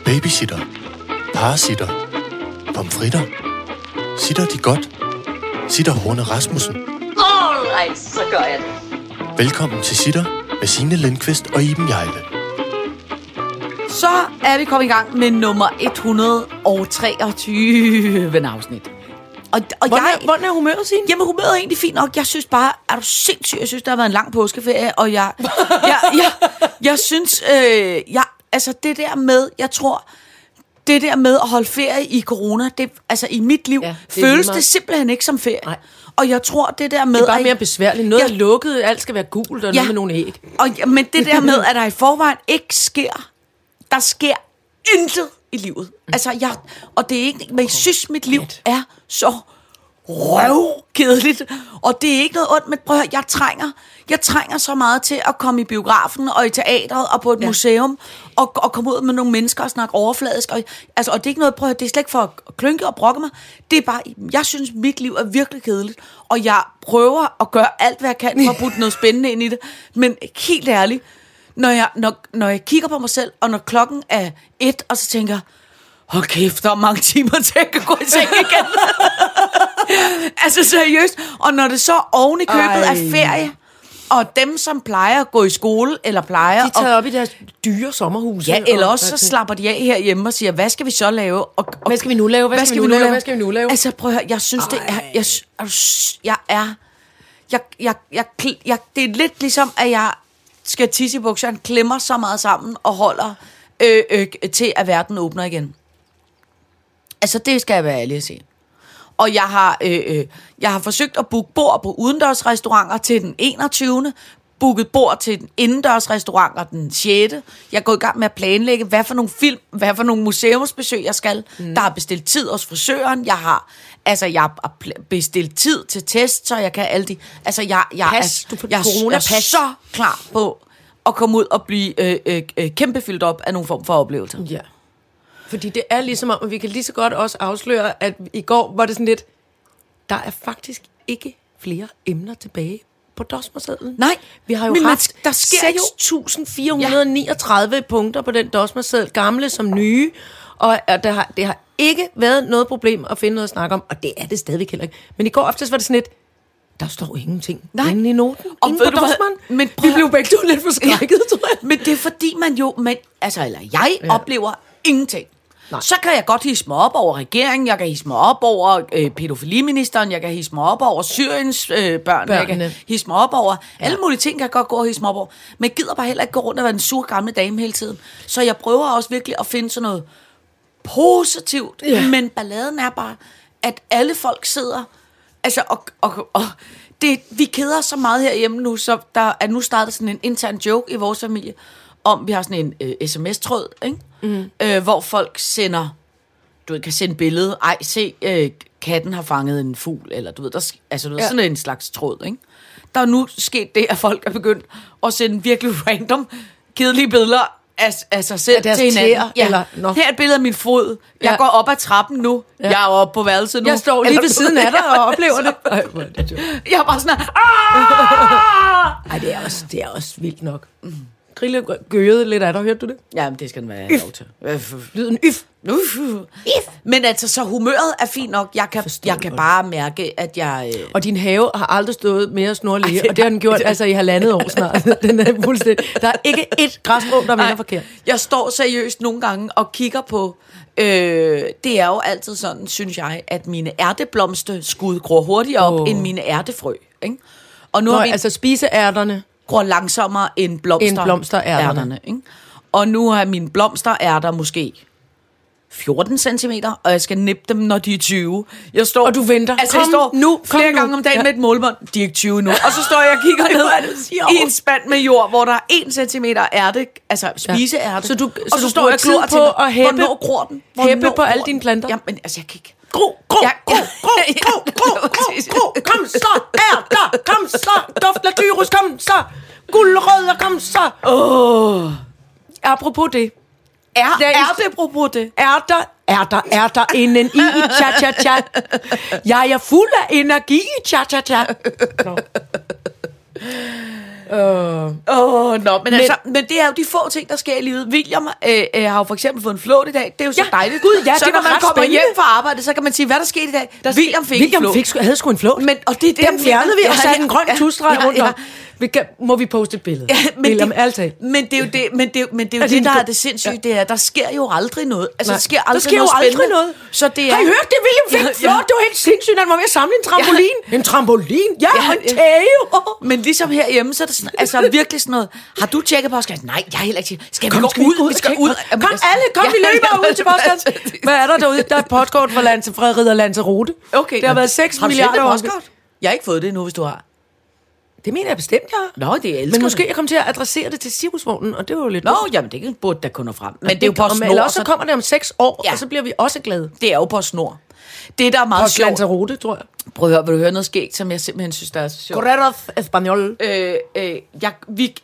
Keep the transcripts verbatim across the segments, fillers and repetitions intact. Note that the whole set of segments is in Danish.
Babysitter. Parasitter. Pomfritter. Sitter de godt? Sitter Horne Rasmussen. Alright, så gør jeg det. Velkommen til Sitter med Signe Lindqvist og Iben Hjejle. Så er vi kommet i gang med nummer et hundrede og treogtyve afsnit. Og, og hvordan, jeg, er, hvordan er humøret, Signe? Jamen, humøret er egentlig fint nok. Jeg synes bare, er du sindssyg? Jeg synes, der har været en lang påskeferie, og jeg, jeg, jeg, jeg synes, øh, jeg, altså det der med, jeg tror, det der med at holde ferie i corona, det, altså i mit liv, ja, det føles det simpelthen ikke som ferie. Nej. Og jeg tror, det der med... Det er bare at, mere besværligt. Noget ja, er lukket, alt skal være gult, og ja, noget med nogle æg. Og, men det der med, at der i forvejen ikke sker, der sker intet i livet. Altså, jeg, og det er ikke... Men jeg synes, mit liv er så røvkedeligt. Og det er ikke noget ondt, men prøv at høre, jeg trænger, jeg trænger så meget til at komme i biografen og i teatret og på et ja. museum og, og komme ud med nogle mennesker og snakke overfladisk. Og, altså, og det er ikke noget, prøv at høre, det er slet ikke for at klynke og brokke mig. Det er bare, jeg synes, mit liv er virkelig kedeligt. Og jeg prøver at gøre alt, hvad jeg kan for at putte noget spændende ind i det. Men helt ærligt, når jeg, når, når jeg kigger på mig selv, og når klokken er et, og så tænker jeg, hold kæft, der er mange timer til, at jeg kan gå i seng igen. Altså seriøst. Og når det så oven i købet Ej. er ferie, og dem, som plejer at gå i skole, eller plejer... De tager op i deres dyre sommerhuse. Ja, eller også så slapper de af herhjemme og siger, hvad skal vi så lave? Og, og, hvad skal vi nu lave? Hvad, hvad skal vi nu lave? Hvad skal vi nu lave? Altså prøv at høre, jeg synes, Ej. det er... Jeg, jeg er... Jeg, jeg, jeg, jeg, det er lidt ligesom, at jeg skal tisse i bukserne, klemmer så meget sammen og holder øh, øh, til, at verden åbner igen. Altså, det skal jeg være ærlig at sige. Og jeg har, øh, øh, jeg har forsøgt at booke bord på udendørsrestauranter til den enogtyvende Booket bord til den indendørsrestauranter den sjette Jeg er gået i gang med at planlægge, hvad for nogle film, hvad for nogle museumsbesøg jeg skal. Mm. Der er bestilt tid hos frisøren. Jeg har, altså, jeg har bestilt tid til test, så jeg kan alle de... Altså, jeg, jeg, pas, er, jeg, jeg er så klar på at komme ud og blive øh, øh, øh, kæmpe fyldt op af nogle form for oplevelser. Ja. Fordi det er ligesom om, at vi kan lige så godt også afsløre, at i går var det sådan lidt, der er faktisk ikke flere emner tilbage på dosmersedlen. Nej. Vi har jo men haft der sker seks tusind fire hundrede og niogtredive ja. punkter på den dosmerseddel, gamle som nye, og det har, det har ikke været noget problem at finde noget at snakke om, og det er det stadigvæk heller ikke. Men i går aftes var det sådan lidt, der står ingenting inde i noten. Og inde på dosmeren. Men vi blev begge to lidt forskrækket, ja. tror jeg. Men det er fordi, man jo, man, altså, eller jeg ja. oplever ingenting. Nej. Så kan jeg godt hisse mig op over regeringen, jeg kan hisse mig op over øh, pædofiliministeren, jeg kan hisse mig op over Syriens øh, børn, Børnene. Jeg kan hisse mig op over ja. alle mulige ting, kan jeg godt gå og hisse mig op over. Men jeg gider bare heller ikke gå rundt og være den sure gamle dame hele tiden. Så jeg prøver også virkelig at finde sådan noget positivt, ja. men balladen er bare, at alle folk sidder, altså, og, og, og det, vi keder så meget herhjemme nu, så der er nu startet sådan en intern joke i vores familie, om vi har sådan en øh, sms-tråd, ikke? Mm. Øh, hvor folk sender, du ved, kan sende billede, ej, se, øh, katten har fanget en fugl, eller du ved, der, altså du ved, ja. sådan en slags tråd, ikke? Der er nu sket det, at folk er begyndt at sende virkelig random, kedelige billeder af, af sig selv til hinanden. Tæer, ja. eller, no. Her er et billede af min fod. Jeg ja. går op ad trappen nu. Ja. Jeg er oppe på værelset nu. Jeg står lige ved siden af dig og oplever det. Ej, jeg er bare sådan her. Ej, det er også, det er også vildt nok. Mm. Grille gøede lidt af dig, hørte du det? Jamen, det skal den være lov til. Lyden yf. If. Men altså, så humøret er fint nok. Jeg kan, jeg kan bare mærke, at jeg... Øh... Og din have har aldrig stået mere snorlige, og det har den gjort altså i halvandet år snart. Den er fuldstændig... Der er ikke ét græsstrå, der vender forkert. Jeg står seriøst nogle gange og kigger på... Øh, det er jo altid sådan, synes jeg, at mine ærteblomsterskud gror hurtigere op, oh. end mine ærtefrø. Ikke? Og nu Nå, har vi... altså spiseærterne... gror langsommere end blomster, end blomsterærterne. Ikke? Og nu har mine blomsterærter måske fjorten centimeter, og jeg skal nippe dem, når de er tyve. Jeg står, og du venter. Altså, kom jeg står nu, flere kom gange nu. om dagen ja. med et målbånd. De er ikke tyve nu. Og så står jeg og kigger ned i en spand med jord, hvor der er en centimeter ærte, altså spiseærte. Ja. Så du, og så, så står jeg og glor til, at hæppe, hvornår gror den? Hæppe på alle dine planter. Jamen, altså, jeg kan ikke... Gro, gro, ja, gro, gro, gro, gro, gro, gro, kom så, ærter, kom så, duft af tyrus, kom så, guldrødder, kom så. Åh. Apropos det. Er, er det apropos det? Er der, er der, er der inden i cha-cha-cha. Jeg er fuld af energi i cha-cha-cha. Åh, oh, no, men, men, altså, men det er jo de få ting, der sker i livet. William øh, øh, har jo for eksempel fået en flåt i dag. Det er jo så Ja, dejligt. Gud, ja, så det når var man ret kommer spændende. hjem fra arbejde, så kan man sige, hvad der skete i dag. Der William fik William en flåt. fik, havde sgu en flåt. Men, og det er det, Den fjernede vi og satte en grøn tusstreg rundt ja, om. Vi kan, må vi poste et billede? Ja, men, William, det, altid. men det er jo det, men det, er jo- men det, er jo Er det, det der en- er det sindssyge, det er, der sker jo aldrig noget. Altså, Nej, der sker der aldrig sker jo noget aldrig spændende. noget. Så det er... Har I hørt det? William fik Ja, flot. ja. Det var helt sindssygt, han var ved at samle en trampolin. Ja. En trampolin? Ja, Ja, og en ja. tage. Men ligesom herhjemme, så er det sådan, altså virkelig sådan noget. Har du tjekket postkassen? Nej, jeg har heller ikke tjekket. Skal vi Kom, gå skal vi ud? ud Vi og skal tjekke ud. post- Jamen, Kom altså- alle, kom, vi Ja, løber ja, ud til postkassen. Hvad er der derude? Der er et postkort fra Lance, fra Ridder Lanzarote. Okay. Det har været seks Har du milliarder sendt år. et postkort? Jeg har ikke fået det endnu, hvis du har. Det mener jeg bestemt, jeg har. Nå, det elsker Men måske det. jeg kom til at adressere det til cirkusvognen, og det var jo lidt... Nå, jamen det burde da kun nå frem. Men det er jo på om, snor. Eller også så så kommer det om seks år, Ja. og så bliver vi også glade. det er jo på snor. Det, der er meget På sjovt. Lanzarote, tror jeg. Prøv at høre, vil du høre noget skægt, som jeg simpelthen synes, der er så sjovt. Correros Español. Øh, øh, jeg, vi,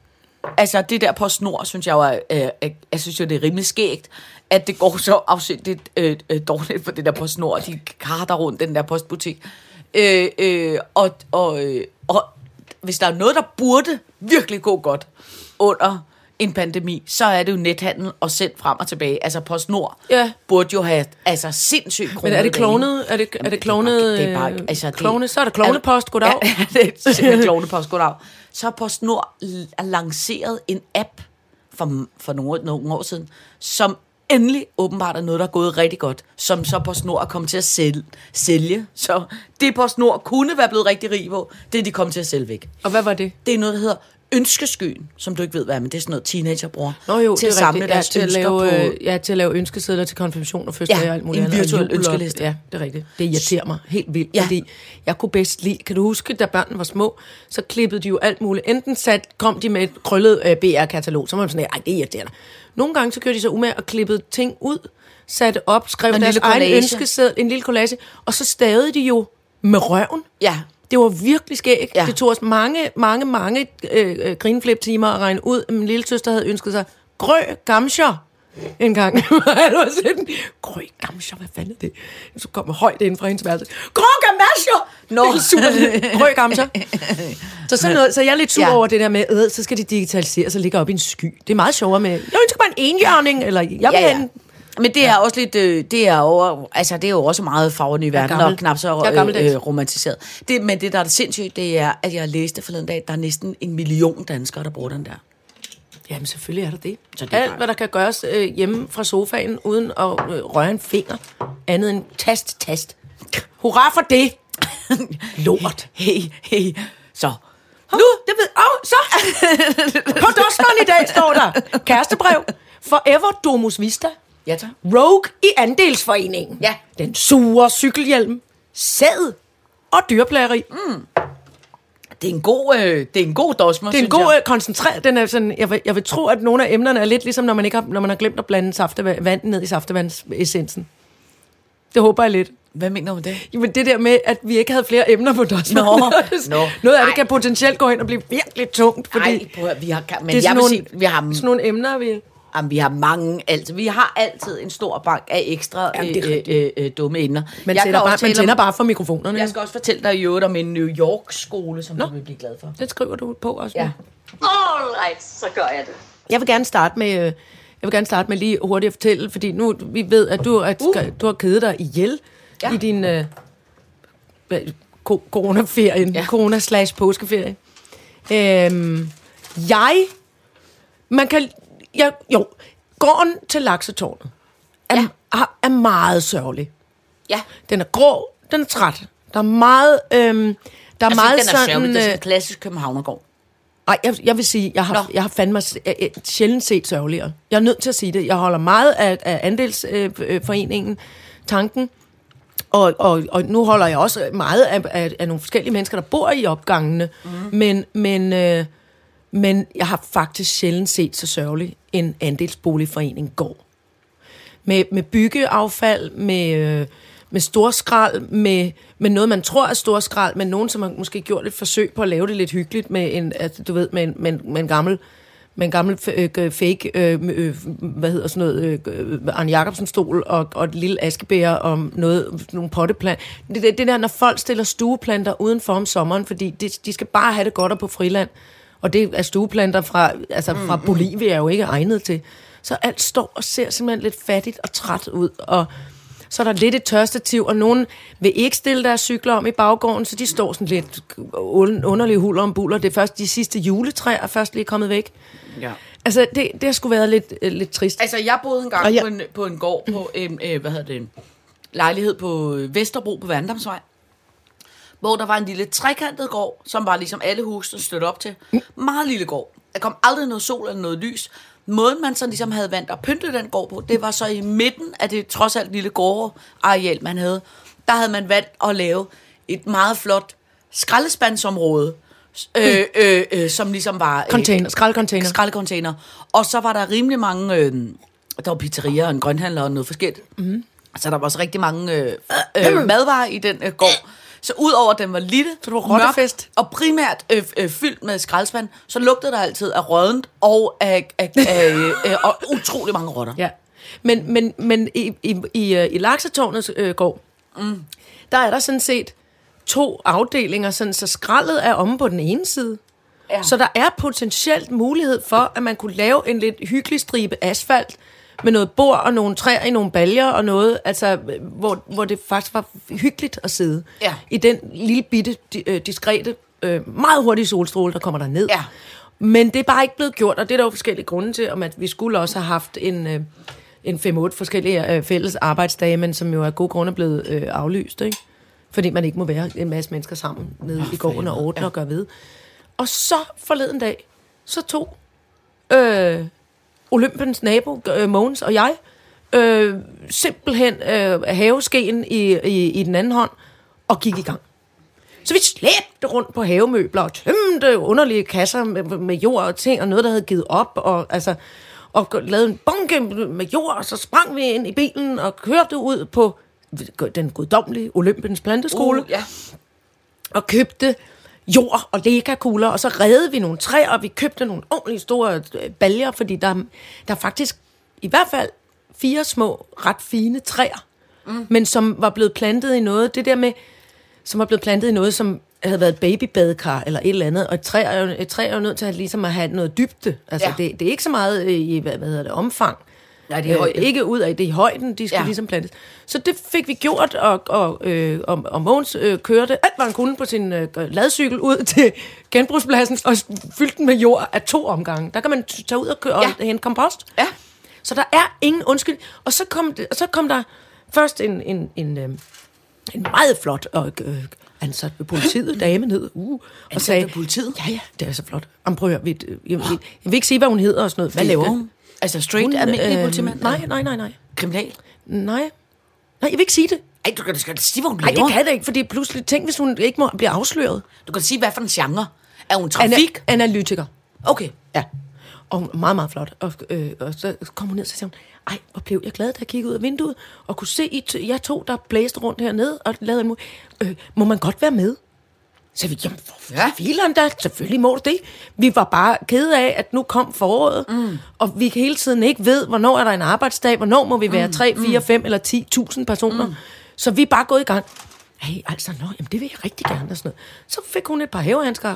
altså det der på snor, synes jeg jo er, øh, øh, jeg synes jo, det er rimelig skægt, at det går så afsindigt øh, øh, dårligt for det der på snor, de karter rundt den der postbutik. Øh, øh, og, og, øh, og hvis der er noget, der burde virkelig gå godt under en pandemi, så er det jo nethandel og sendt frem og tilbage. Altså PostNord Ja. burde jo have altså sindssygt Men kroner er det dage. klovnet? Er det, er Jamen, det klovnet? det er bare, det er bare altså, det, klovne, så er der klovnepost, goddag. Ja, det er simpelthen klovnepost, goddag. Så har PostNord l- lanceret en app for, for nogle, nogle år siden, som endelig åbenbart er noget, der er gået rigtig godt, som så PostNord er kommet til at sælge. sælge. Så det PostNord kunne være blevet rigtig rig på, det er de kommet til at sælge væk. Og hvad var det? Det er noget, der hedder ønskeskyen, som du ikke ved, hvad er, men det er sådan noget, teenager bruger. Nå jo, til det at er samle rigtigt. Ja, deres til at ønsker lave, på... øh, ja, til at lave ønskesedler til konfirmation og fødselsdag Ja, og alt muligt en andet, og virtuel jul og- ønskeliste. Ja, det er rigtigt. Det irriterer mig helt vildt, Ja. fordi jeg kunne bedst lide, kan du huske, da børnene var små, så klippede de jo alt muligt. Enten sat, kom de med et krøllet øh, B R-katalog, så var man sådan, ej, det irriterer dig. Nogle gange så kørte de så umage og klippede ting ud, satte op, skrev En deres lille egen collage. ønskeseddel, en lille collage, og så stavede de jo med røven. Ja, Det var virkelig skægt. Ja. Det tog os mange, mange, mange øh, øh, grinflip-timer at regne ud, at min lille søster havde ønsket sig grø gamscher en gang. Jeg var sådan, grø gamscher, hvad fanden er det? Så kom jeg højt ind fra hendes værelse. Grø gamscher! Nå, det er super. Grø gamscher. Så, sådan noget, så jeg er lidt sur Ja. ja. over det der med, øh, så skal de digitaliseres og ligge op i en sky. Det er meget sjovere med, jeg ønsker bare en enhjørning, eller jeg vil ja, have ja. en... Men det er også lidt, øh, det er jo, altså det er jo også meget farven i verden, gammel. og knap så Jeg er gammeldags. øh, øh, romantiseret. Det, men det, der er det sindssygt, det er, at jeg læste forleden dag, at der er næsten en million danskere, der bruger den der. Jamen selvfølgelig er der det. Så det er Alt, bare- hvad der kan gøres øh, hjemme fra sofaen, uden at øh, røre en finger, andet end tast, tast. Hurra for det! Lort. Hey, hey, så. Nu, det ved Åh, så! På dosmeren i dag står der kærestebrev. Forever Domus Vista. Ja, tak. Rogue i andelsforeningen. Ja. Den sure cykelhjelm. Sæd og dyrplageri. Mm. Det er en god, øh, det er en god dosmer, Det er en synes god jeg. øh, koncentreret. Den er sådan, jeg, vil, jeg vil tro, at nogle af emnerne er lidt ligesom, når man, ikke har, når man har glemt at blande saftevand, vand ned i saftevandsessensen. Det håber jeg lidt. Hvad mener du med det? Jamen det der med, at vi ikke havde flere emner på dosmeren. Nå, nå. Noget af det Ej. kan potentielt gå hen og blive virkelig tungt, fordi Nej, prøv at, høre, vi har, men det er jeg sådan vil nogle, sige, vi har, sådan nogle emner, vi... jamen, vi har mange, altid, vi har altid en stor bank af ekstra Jamen, det er øh, rigtigt. øh, øh, dumme emner. Man, Jeg tænder kan bare, også man tale tænder om- bare for mikrofonerne. Jeg skal også fortælle dig i øvrigt om en New York-skole, som Nå. du vil blive glad for. Den skriver du på også. Ja. All right, så gør jeg det. Jeg vil gerne starte med... øh, Jeg vil gerne starte med lige hurtigt at fortælle, fordi nu vi ved, at du, at, uh. du har kedet dig ihjel Ja. ja. i din øh, hvad, ko- coronaferien, Ja. ja. corona slash påskeferie. Øhm, jeg, man kan, jeg, jo, gården til Laksetårnet er, Ja. ja. er meget sørgelig. Ja. Den er grå, den er træt. Der er meget, øhm, der er Altså, meget den er sådan... sørgelig, det er sådan øh, en klassisk københavnergård. Ej, jeg, jeg vil sige, jeg har, Nå. jeg har fandme s- øh, øh, sjældent set sørgeligere. Jeg er nødt til at sige det. Jeg holder meget af, af andelsforeningen, tanken, og, og, og nu holder jeg også meget af, af, af nogle forskellige mennesker, der bor i opgangene, mm. men, men, øh, men jeg har faktisk sjældent set så sørgelig en andelsboligforening går. Med, med byggeaffald, med... Øh, med storskrald, med, med noget, man tror er storskrald, men nogen, som har måske gjort et forsøg på at lave det lidt hyggeligt med en, altså, du ved, med en, med en, med en gammel, med en gammel øh, fake, øh, øh, hvad hedder sådan noget, øh, Arne Jacobsen-stol og, og et lille askebær og noget, nogle potteplanter. Det, det, det der, når folk stiller stueplanter udenfor om sommeren, fordi de, de skal bare have det godt og på friland, Og det er stueplanter fra, altså fra mm, Bolivia er jo ikke egnet til. Så alt står og ser simpelthen lidt fattigt og træt ud, og så er der lidt et tørstativ, og nogen vil ikke stille deres cykler om i baggården, så de står sådan lidt underlige huller om buller. Det er først de sidste juletræer er først lige kommet væk. Ja. Altså, det, det har sgu været lidt, øh, lidt trist. Altså, jeg boede engang ja. på, en, på en gård på en, øh, hvad hedder det, en lejlighed på Vesterbro på Vandamsvej, hvor der var en lille trekantet gård, som var ligesom alle husene stødt op til. Meget lille gård. Der kom aldrig noget sol eller noget lys. Måden man så ligesom havde valgt at pynte den gård på, det var så i midten af det trods alt lille gårdareal, man havde. Der havde man valgt at lave et meget flot skraldespandsområde, øh, øh, øh, som ligesom var... Container, skraldecontainer. Skraldecontainer. Og så var der rimelig mange... Øh, der var pizzerier og en grønhandler og noget forskelligt. Mm. Så der var også rigtig mange øh, øh, madvarer i den øh, gård. Så udover at den var lille, så det var rottefest, og primært øh, øh, fyldt med skraldespand, så lugtede der altid af råddent og af, af, af øh, og utrolig mange rotter. Ja. Men, men, men i, i, i, i Laksetårnets øh, gård, mm. der er der sådan set to afdelinger, sådan, så skraldet er omme på den ene side. Ja. Så der er potentielt mulighed for, at man kunne lave en lidt hyggelig stribe asfalt, med noget bord og nogle træer i nogle baljer og noget, altså, hvor, hvor det faktisk var hyggeligt at sidde. Ja. I den lille bitte, diskrete, meget hurtige solstråle, der kommer der ned. Ja. Men det er bare ikke blevet gjort, og det er der jo forskellige grunde til, om at vi skulle også have haft en, en fem otte forskellige fælles arbejdsdage, men som jo af gode grunde er blevet øh, aflyst, ikke? Fordi man ikke må være en masse mennesker sammen nede oh, i gården og ordne ja. og gøre ved. Og så forleden dag, så tog... Øh, Olympens nabo, øh, Mogens og jeg, øh, simpelthen øh, haveskeen i, i, i den anden hånd, og gik i gang. Så vi slæbte rundt på havemøbler, og tømte underlige kasser med, med jord og ting, og noget, der havde givet op, og, altså, og lavede en bunke med jord, og så sprang vi ind i bilen, og kørte ud på den guddommelige Olympens planteskole, uh, yeah. og købte jord og legakugler, og så reddede vi nogle træer, og vi købte nogle ordentlige store baljer, fordi der, der er faktisk i hvert fald fire små, ret fine træer, mm. men som var blevet plantet i noget, det der med, som var blevet plantet i noget, som havde været et babybadekar, eller et eller andet, og et træ er jo, et træ er jo nødt til at, ligesom at have noget dybde, altså ja. det, det er ikke så meget i, hvad, hvad hedder det, omfang, nej, det er højden. Øh, ikke ud af det i højden, de skal ja. ligesom plantes. Så det fik vi gjort, og, og, øh, og, og Mogens øh, kørte alt, hvad han kunne på sin øh, ladcykel ud til genbrugspladsen, og fyldte den med jord af to omgange. Der kan man tage ud og, køre, ja. og hente kompost. Ja. Så der er ingen undskyld. Og så kom, det, og så kom der først en, en, en, øh, en meget flot og øh, ansat ved politiet, dame ned, uh, og sagde, politiet? Ja, ja, det er så flot. Jamen, prøv at høre, jeg, jeg, jeg, jeg vil ikke sige, hvad hun hedder og sådan noget. Hvad laver hun? Altså straight, almindelig øh, politimand? Nej, nej, nej, nej. Kriminal? Nej. Nej, jeg vil ikke sige det. Ej, du kan da sige, hvad hun laver. Nej, det kan det ikke, fordi pludselig, tænk, hvis hun ikke må blive afsløret. Du kan sige, hvad for en genre. Er hun trafik? Ana- analytiker. Okay. Ja. Og hun er meget, meget flot. Og, øh, og så kom hun ned, og så sagde hun, ej, hvor blev jeg glad, da jeg kiggede ud af vinduet, og kunne se, I t- jeg to, der blæste rundt hernede, og lavede en mu- øh, må man godt være med? Så vi, jamen, for ja. fileren da, selvfølgelig må det. Vi var bare kede af, at nu kom foråret, mm. og vi hele tiden ikke ved, hvornår er der en arbejdsdag, hvornår må vi være mm. tre, fire, fem eller ti tusind personer. Mm. Så vi er bare gået i gang. Hey, altså, nå, jamen, det vil jeg rigtig gerne. Og sådan noget. Så fik hun et par havehandsker,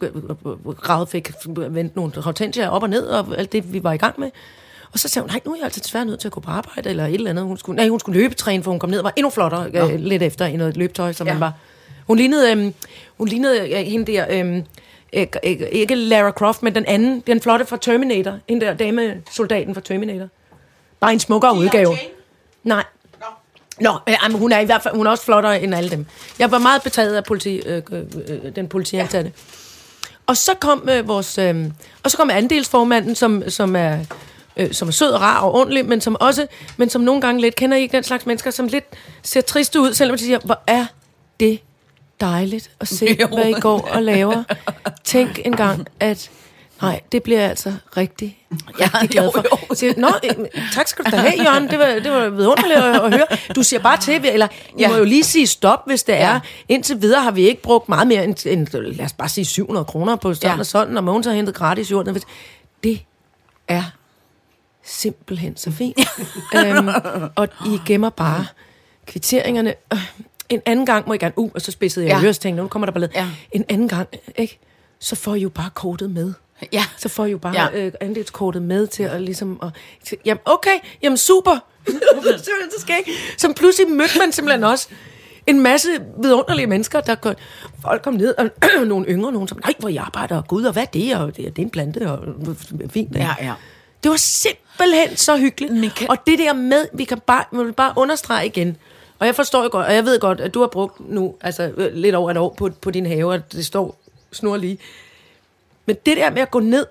gravet fik vendt nogle hortensier op og ned, og alt det, vi var i gang med. Og så sagde hun, nej, nu er jeg altså desværre nødt til at gå på arbejde, eller et eller andet. Hun skulle, nej, hun skulle løbetræne, for hun kom ned og var endnu flottere øh, lidt efter i noget løbetøj, som ja. man var. Hun lignede, øhm, hun lignede øh, hende der, øhm, øh, øh, ikke Lara Croft, men den anden, den flotte fra Terminator. Hende der damesoldaten fra Terminator. Bare en smukkere udgave. Nej. Nå, øh, men hun er i hvert fald, hun er også flottere end alle dem. Jeg var meget betaget af politi, øh, øh, den politiansatte. Ja. Og så kom øh, vores, øh, og så kom andelsformanden, som, som er... Øh, som er sød og rar og ordentlig, men som også, men som nogle gange lidt kender I den slags mennesker, som lidt ser triste ud, selvom de siger, hvor er det dejligt at se, jo. hvad I går og laver. Tænk engang, at nej, det bliver jeg altså rigtig, rigtig ja, glad for. Jo, jo. Så, nå, øh, tak skal du da have, Jørgen. Det var, det var vidunderligt at, at høre. Du siger bare til, eller I ja. må jo lige sige stop, hvis det er. Ja. Indtil videre har vi ikke brugt meget mere end, end lad os bare sige syv hundrede kroner på sådan ja. og sådan, og Mogens har hentet gratis jorden. Det er simpelthen så fint. øhm, og I gemmer bare kvitteringerne. Øh, en anden gang må I gerne... Uh, og så spidsede jeg ja. i ørestængene. Nu kommer der ballade. Ja. En anden gang, ikke? så får I jo bare kortet med. Ja. Så får I jo bare Ja. øh, andelskortet med til at ligesom... Og, til, jamen, okay, jamen super. så skal jeg. Som pludselig mødte man simpelthen også en masse vidunderlige mennesker, der går... Folk kom ned, og nogle yngre, nogen som... Nej, hvor I arbejder, og gud, og hvad er det? Og det er, det er en plante, og fint. Ja, ja. Det var simpelthen så hyggeligt. Kan... Og det der med, vi kan bare, vi vil bare understrege igen. Og jeg forstår jo godt, og jeg ved godt, at du har brugt nu altså lidt over et år på, på din have, og det står snor lige. Men det der med at gå ned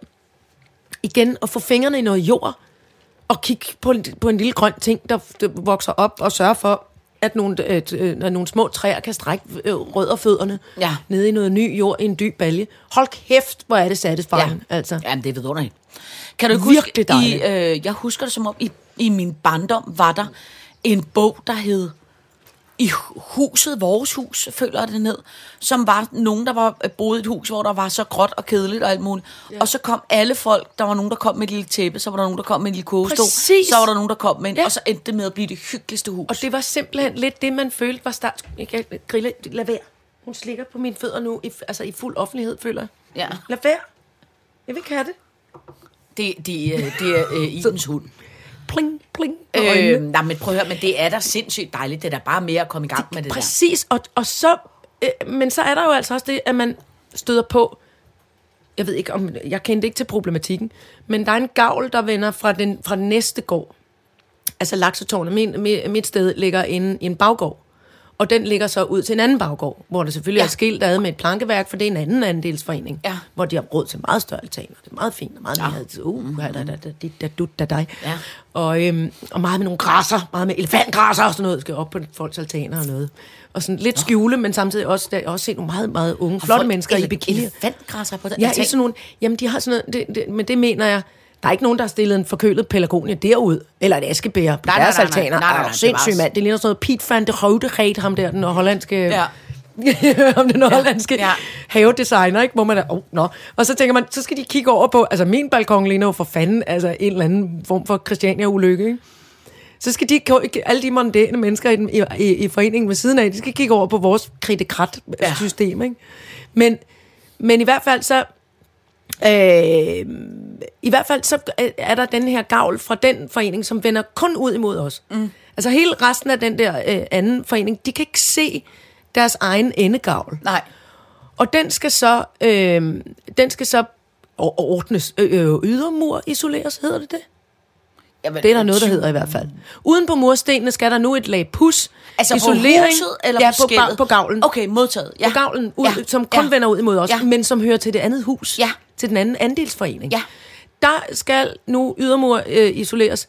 igen og få fingrene i noget jord, og kigge på en, på en lille grøn ting, der, der vokser op, og sørge for, at nogle, at, at nogle små træer kan strække rødderfødderne ja. ned i noget ny jord, i en dyb balje. Hold kæft, hvor er det satisfying, ja. altså. Jamen, det er vidunderligt. Kan du Virkelig huske, i, øh, jeg husker det som om, i, i min barndom var der en bog, der hed I huset, vores hus, føler jeg det ned, som var nogen, der var boede i et hus, hvor der var så gråt og kedeligt og alt muligt. Ja. Og så kom alle folk, der var nogen, der kom med et lille tæppe, så var der nogen, der kom med en lille kogestol, så var der nogen, der kom med en, ja. Og så endte det med at blive det hyggeligste hus. Og det var simpelthen lidt det, man følte var start... Jeg grille, lad være. Hun slikker på mine fødder nu, i, altså i fuld offentlighed, føler jeg. Ja. Lad være. Jeg vil ikke have det. Det, det, øh, det er øh, Idens hund. Pling, pling. Øh, nej, men prøv at høre, men det er da sindssygt dejligt. Det er da bare mere at komme i gang det, med det præcis, der. Præcis, og, og så... Øh, men så er der jo altså også det, at man støder på... Jeg ved ikke, om jeg kendte ikke til problematikken, men der er en gavl, der vender fra den, fra den næste gård. Altså laksetårnet, min, mit, mit sted ligger inde i en baggård. Og den ligger så ud til en anden baggård, hvor der selvfølgelig ja. er skilt ad med et plankeværk, for det er en anden andelsforening, ja. hvor de har råd til meget større altaner. Det er meget fint og meget ja. mere. Uh, da, da, da, da, da, da, da, da. Ja. Og, øhm, og meget med nogle græsser, meget med elefantgræsser og sådan noget, skal op på folks altaner og noget. Og sådan lidt skjule, men samtidig også, der, også set nogle meget, meget unge, flotte folk, mennesker ele- i bikini. Elefantgræsser på den ja, sådan nogle, jamen de har sådan noget, det, det, men det mener jeg, der er ikke nogen, der har stillet en forkølet pelargonie derud, eller et askebær på deres altaner. Nej, nej, nej. Sindssygt mand. Det ligner sådan noget Piet van der Rodereet, ham der, den hollandske... Ja. om den hollandske ja. Ja. havedesigner, ikke? Hvor man er, oh, no. Og så tænker man, så skal de kigge over på, altså min balkon ligner jo for fanden, altså en eller anden form for Christiania-ulykke, ikke? Så skal de, alle de mondæne mennesker i, den, i, i, i foreningen ved siden af, de skal kigge over på vores kritikrat-system, ikke? Men, men i hvert fald så, øh, i hvert fald så er der den her gavl fra den forening, som vender kun ud imod os. Mm. Altså hele resten af den der øh, anden forening, de kan ikke se deres egen endegavl. Nej. Og den skal så, øh, den skal så ordnes, øh, øh, ydermur isoleres, hedder det det? Jamen, det er der noget, der hedder i hvert fald. Uden på murstenene skal der nu et lag pus. Altså isolering, på huset eller ja, på på, på gavlen. Okay, modtaget. Ja. På gavlen, ud, ja. som kun ja. vender ud imod os, ja. men som hører til det andet hus. Ja. Til den anden andelsforening. Ja. Der skal nu ydermur øh, isoleres.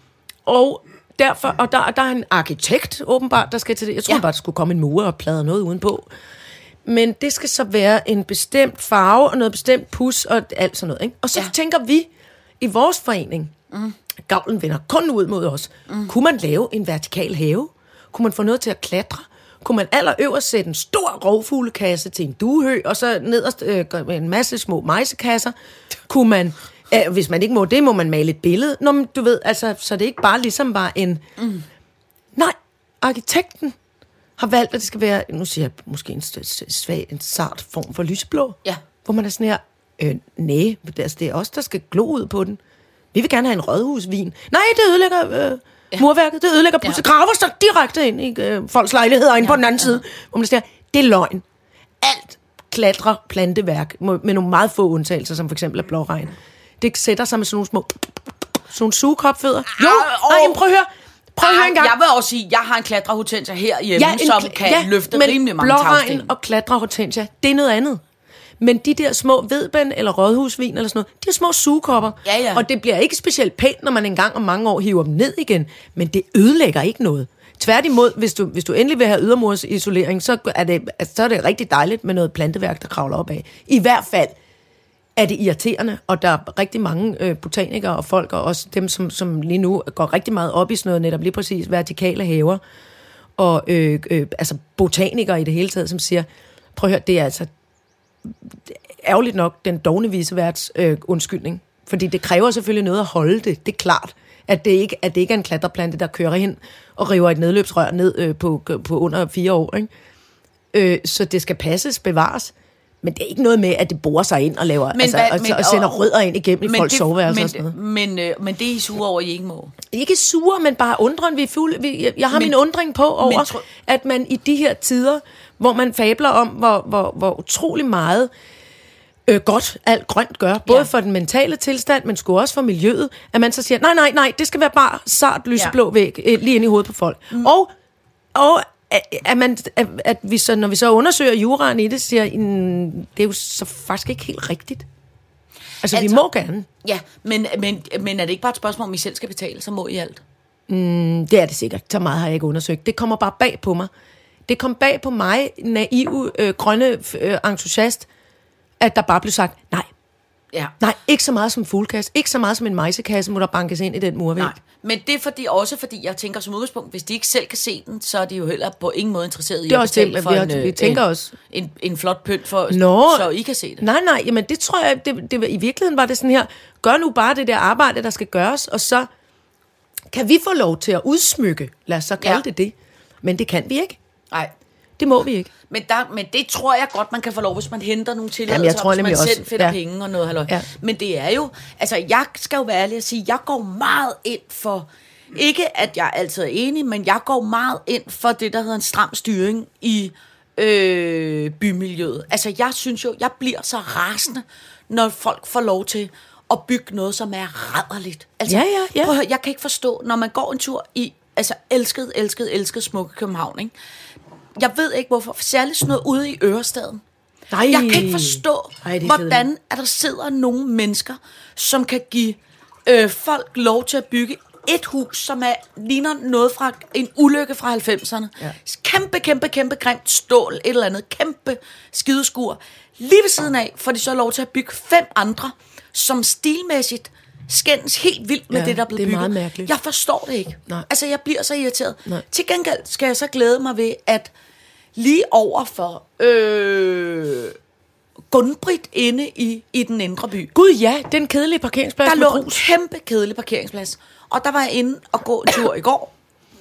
Og derfor, og der, der er en arkitekt åbenbart, der skal til det. Jeg tror ja. bare, der skulle komme en murer og pladre noget udenpå. Men det skal så være en bestemt farve og noget bestemt pus og alt sådan noget. Ikke? Og så ja. tænker vi i vores forening, mm. gavlen vender kun ud mod os. Mm. Kunne man lave en vertikal have? Kunne man få noget til at klatre? Kunne man allerøverst sætte en stor rovfuglekasse til en duehø, og så nederst øh, en masse små mejsekasser? Kunne man, øh, hvis man ikke må det, må man male et billede? Nå, men du ved, altså, så det ikke bare ligesom bare en... Mm. Nej, arkitekten har valgt, at det skal være, nu siger jeg måske en svag, en sart form for lysblå. Ja. Hvor man er sådan her, øh, næh, altså, det er os, der skal glo ud på den. Vi vil gerne have en rødhusvin. Nej, det ødelægger øh, ja. murværket, det ødelægger pludselig. Ja. Graver sig direkte ind i øh, folks lejligheder inde ja, på den anden ja, side. Hvor man siger, det er løgn. Alt klatrer planteværk, med nogle meget få undtagelser, som for eksempel er blåregn. Det sætter sig med sådan nogle små, sådan nogle sugekopfødder. Jo, nej, jamen, prøv at høre. Prøv at høre en gang. Jeg vil også sige, jeg har en klatrehortensia herhjemme, ja, en, som kan ja, løfte rimelig mange tagsten. Blåregn og klatrehortensia, det er noget andet. Men de der små vedbænd eller rådhusvin eller sådan noget, de er små sugekopper. Ja, ja. Og det bliver ikke specielt pænt, når man engang om mange år hiver dem ned igen. Men det ødelægger ikke noget. Tværtimod, hvis du, hvis du endelig vil have ydermursisolering, så er, det, altså, så er det rigtig dejligt med noget planteværk, der kravler op af. I hvert fald er det irriterende, og der er rigtig mange øh, botanikere og folk, og også dem, som, som lige nu går rigtig meget op i sådan noget, netop lige præcis vertikale haver, og øh, øh, altså botanikere i det hele taget, som siger, prøv at høre, det er altså ærgerligt nok den dovne viseværts øh, undskyldning. Fordi det kræver selvfølgelig noget at holde det. Det er klart, at det ikke, at det ikke er en klatreplante, der kører hen og river et nedløbsrør ned øh, på, på under fire år. Ikke? Øh, så det skal passes, bevares. Men det er ikke noget med, at det borer sig ind og laver, men, altså, hvad, og, men, og sender rødder ind igennem i folks soveværelser og sådan noget. Men, øh, men det er I sure over, I ikke må. Ikke sure, men bare undren. Vi er fuld, vi, jeg, jeg har men, min undring på over, tro, at man i de her tider, hvor man fabler om, hvor, hvor, hvor utrolig meget øh, godt alt grønt gør, både ja. for den mentale tilstand, men sgu også for miljøet, at man så siger, nej, nej, nej, det skal være bare sart lyseblå ja. væg øh, lige ind i hovedet på folk. Mm. Og, og at, at, man, at, at vi så, når vi så undersøger juraen i det, siger, det er jo så faktisk ikke helt rigtigt. Altså, altså vi må gerne. Ja, men, men, men er det ikke bare et spørgsmål, om I selv skal betale, så må I alt? Mm, det er det sikkert. Så meget har jeg ikke undersøgt. Det kommer bare bag på mig. Det kom bag på mig, naive, øh, grønne øh, entusiast, at der bare blev sagt, nej. Ja. Nej, ikke så meget som fuglekasse. Ikke så meget som en mejsekasse, må der bankes ind i den murvæg. Nej, men det er fordi, også fordi, jeg tænker som udgangspunkt, hvis de ikke selv kan se den, så er de jo heller på ingen måde interesseret i det er at også betale det, for vi, en, har, vi tænker en, også. En, en flot pynt, for, Nå, så I kan se det. Nej, nej, jamen det tror jeg, det, det, i virkeligheden var det sådan her, gør nu bare det der arbejde, der skal gøres, og så kan vi få lov til at udsmykke, lad os så kalde ja. det det. Men det kan vi ikke. Nej. Det må vi ikke. Men, der, men det tror jeg godt, man kan få lov, hvis man henter nogle tilladelser, Jamen, jeg tror, hvis man også. selv finder ja. penge og noget halløj. Ja. Men det er jo, altså jeg skal jo være ærlig at sige, jeg går meget ind for, ikke at jeg altid er enig, men jeg går meget ind for det, der hedder en stram styring i øh, bymiljøet. Altså jeg synes jo, jeg bliver så rasende, når folk får lov til at bygge noget, som er rædderligt. Altså, ja, ja, ja. Prøv at høre, jeg kan ikke forstå, når man går en tur i, altså elsket, elsket, elsket smukke København, ikke? Jeg ved ikke, hvorfor. Særligt sådan noget ude i Ørestaden. Nej. Jeg kan ikke forstå, Ej, hvordan at der sidder nogle mennesker, som kan give øh, folk lov til at bygge et hus, som er, ligner noget fra en ulykke fra halvfemserne. Ja. Kæmpe, kæmpe, kæmpe grimt stål, et eller andet. Kæmpe skideskur. Lige ved siden af får de så lov til at bygge fem andre, som stilmæssigt skændes helt vildt med ja, det, der er blevet det er bygget. Meget mærkeligt. Jeg forstår det ikke. Nej. Altså, jeg bliver så irriteret. Nej. Til gengæld skal jeg så glæde mig ved, at lige over for øh, Gunbrit inde i, i den indre by. Gud ja, den kedelige parkeringsplads Der med lå en grus. kæmpe kedelig parkeringsplads. Og der var jeg inde og gå en tur i går.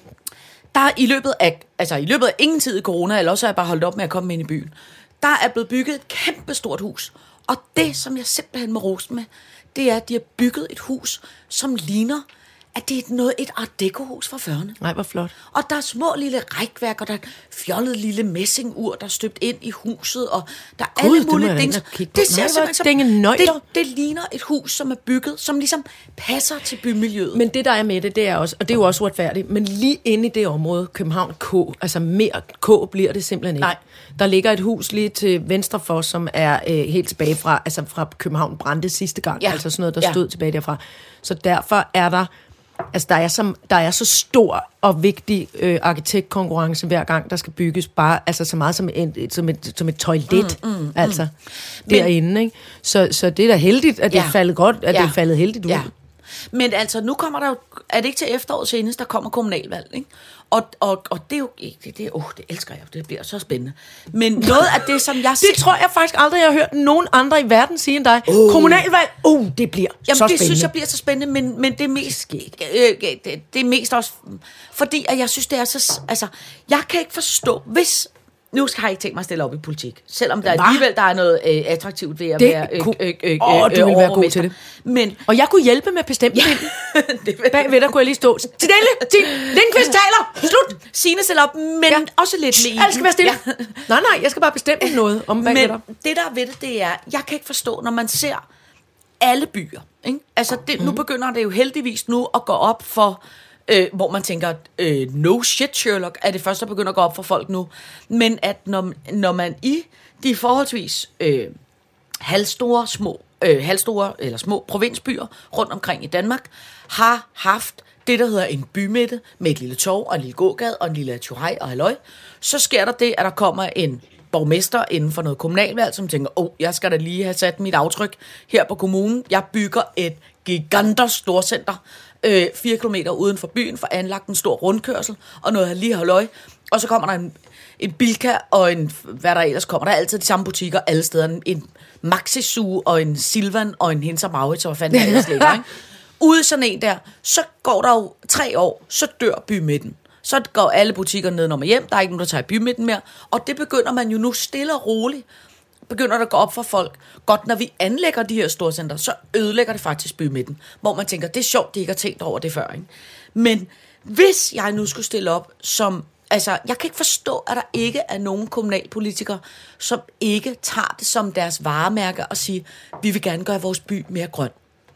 Der i løbet af, altså i løbet af ingen tid i corona, eller også har jeg bare holdt op med at komme ind i byen. Der er blevet bygget et kæmpe stort hus. Og det, som jeg simpelthen må rose med, det er, at de har bygget et hus, som ligner, at det er noget, et art deco-hus fra fyrrerne. Nej, hvor flot. Og der er små lille rækværk, og der er fjollet lille messingur, der er støbt ind i huset, og der er Gud, alle mulige ting. Det, det ser Nej, simpelthen som, det, det ligner et hus, som er bygget, som ligesom passer til bymiljøet. Men det, der er med det, det er også, og det er jo også uretfærdigt, men lige inde i det område, København K, altså mere K bliver det simpelthen ikke. Nej. Der ligger et hus lige til venstre for, som er øh, helt tilbage fra, altså fra København brændte sidste gang, ja. altså sådan noget, der ja. stod tilbage derfra. Så derfor er der, altså der er så, der er så stor og vigtig øh, arkitektkonkurrence hver gang, der skal bygges, bare altså så meget som, en, som, et, som et toilet, mm, mm, altså mm. derinde, ikke? Så, så det er da heldigt, at det ja. er faldet godt, at ja. det er faldet heldigt ud. Ja. Men altså, nu kommer der jo, er det ikke til efteråret senest, der kommer kommunalvalg, ikke? Og, og, og det er jo, det, det, oh, det elsker jeg, det bliver så spændende. Men noget af det, som jeg Det tror jeg faktisk aldrig, jeg har hørt nogen andre i verden sige end dig. Oh. Kommunalvalg, oh, det bliver Jamen, så det spændende. synes jeg bliver så spændende, men, men det er mest, øh, det, det er mest også, fordi at jeg synes, det er så, altså, jeg kan ikke forstå, hvis, nu skal jeg ikke tænkt mig at stille op i politik, selvom der Hva? alligevel der er noget øh, attraktivt ved at det være øh, kunne, øh, øh, åh, øh, du vil være god overborgmester. til det. Men, og jeg kunne hjælpe med at bestemme ja, det. Bagved der kunne jeg lige stå. Stille, Lindqvist taler, slut. Signe stiller op, men Ja. også lidt med i Alt skal være stille. Ja. Nej, nej, jeg skal bare bestemme noget om bagved Men dig. det der er ved det, det er, jeg kan ikke forstå, når man ser alle byer, ikke? Altså det, mm. nu begynder det jo heldigvis nu at gå op for, øh, hvor man tænker, øh, no shit Sherlock, er det første, der begynder at gå op for folk nu. Men at når, når man i de forholdsvis øh, halvstore, små, øh, halvstore eller små provinsbyer rundt omkring i Danmark, har haft det, der hedder en bymidte med et lille torv og en lille gågade og en lille tjuhej og halløj, så sker der det, at der kommer en borgmester inden for noget kommunalvalg, som tænker, åh, oh, jeg skal da lige have sat mit aftryk her på kommunen. Jeg bygger et gigantisk storcenter, øh, fire kilometer uden for byen, for anlagt en stor rundkørsel og noget lige halløj. Og så kommer der en, en Bilka og en, hvad der ellers kommer. Der er altid de samme butikker alle steder. En Maxi-Zoo og en Silvan og en Hinser Maurits, og hvad fanden der ellers ligger, ikke? Ude sådan en der, så går der jo tre år, så dør bymidten. Så går alle butikker nedenom og hjem, der er ikke nogen, der tager bymidten mere. Og det begynder man jo nu stille og roligt begynder det at gå op for folk. Godt, når vi anlægger de her storcenter, så ødelægger det faktisk bymidten. Hvor man tænker, det er sjovt, de ikke har tænkt over det før. Ikke? Men hvis jeg nu skulle stille op som... Altså, jeg kan ikke forstå, at der ikke er nogen kommunalpolitikere, som ikke tager det som deres varemærke og siger, vi vil gerne gøre vores by mere grøn.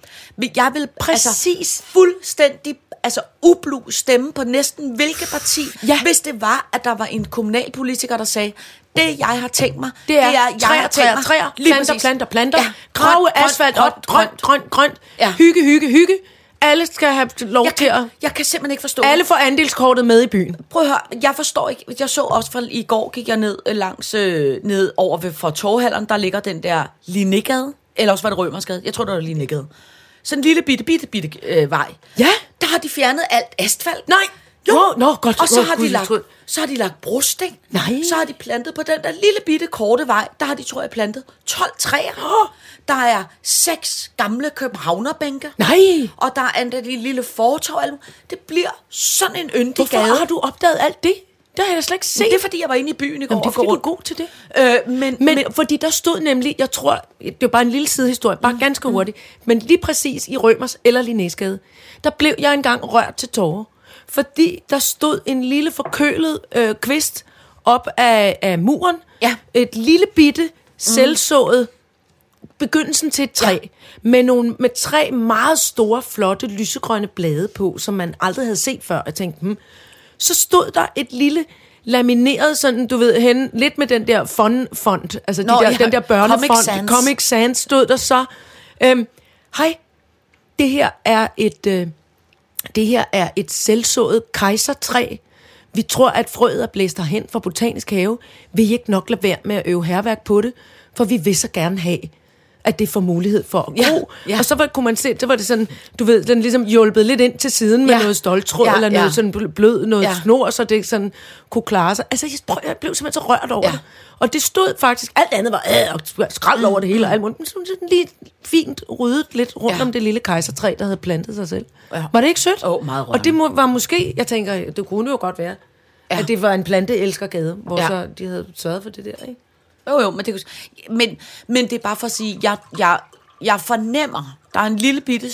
Jeg vil Præcis. Altså, fuldstændig altså, ublu stemme på næsten hvilket parti, ja. hvis det var, at der var en kommunalpolitiker, der sagde, det jeg har tænkt mig, det er, det er jeg træer, har tænkt træer, mig. træer, planter, planter, planter, Ja. grave, Grønt, asfalt grønt, op, grønt, grønt, grønt, Ja. hygge, hygge, hygge. Alle skal have lov Jeg til at... kan, jeg kan simpelthen ikke forstå Alle får andelskortet med i byen. Prøv at høre, jeg forstår ikke. Jeg så også, for i går gik jeg ned langs, øh, ned over ved for Torvhallen, der ligger den der Linnégade, eller også var det Rømersgade. Jeg tror, det var Linnégade. Sådan en lille bitte, bitte, bitte øh, vej. Ja. Der har de fjernet alt asfalt. Nej. Jo. Nå, nå, godt. Og så godt, har, Gud, de lagt, Gud. så har de lagt brosten. Nej. Så har de plantet på den der lille bitte korte vej. Der har de, tror jeg, plantet tolv træer. Oh. Der er seks gamle københavnerbænke. Nej. Og der er endda de lille fortov. Det bliver sådan en yndig Hvorfor gade. har du opdaget alt det? Det har jeg da slet ikke set. Det er fordi, jeg var inde i byen i går. Jamen, det er og fordi, gå du er rundt. god til det. Øh, men, Men, men, men fordi der stod nemlig, jeg tror, det var bare en lille sidehistorie, bare ganske hurtigt, men lige præcis i Rømers eller Linnésgade, der blev jeg engang rørt til tårer, fordi der stod en lille forkølet øh, kvist op af, af muren, Ja. et lille bitte, selvsået begyndelsen til et træ, ja. med, nogle, med tre meget store, flotte, lysegrønne blade på, som man aldrig havde set før. Jeg tænkte, hmm. Så stod der et lille lamineret, sådan, du ved, hen, lidt med den der font, altså Nå, de der, ja. den der børnefont, Comic Sans. Comic Sans, stod der så. Øhm, Hej, det her er et, øh, det her er et selvsået kejsertræ. Vi tror, at frøet er blæst herhen fra Botanisk Have. Vil I ikke nok lade være med at øve hærværk på det? For vi vil så gerne have, at det får mulighed for at gro. Ja, ja. Og så var, kunne man se, så var det sådan, du ved, den ligesom hjulpet lidt ind til siden med Ja. noget stoltråd, Ja, eller noget ja. sådan blød, noget Ja. snor, så det sådan kunne klare sig. Altså, jeg, prøv, jeg blev simpelthen så rørt over Ja. det. Og det stod faktisk, alt andet var øh, og skrald over det hele, og alt muligt, men sådan, sådan lige fint ryddet lidt rundt Ja. om det lille kejsertræ, der havde plantet sig selv. Ja. Var det ikke sødt? Åh, meget Og det må, var måske, jeg tænker, det kunne jo godt være, Ja. at det var en planteelskergade, hvor Ja. så de havde sørget for det der, ikke? Jo, jo, men det, kunne- men, men det er bare for at sige, jeg, jeg, jeg fornemmer, der er en lille bitte,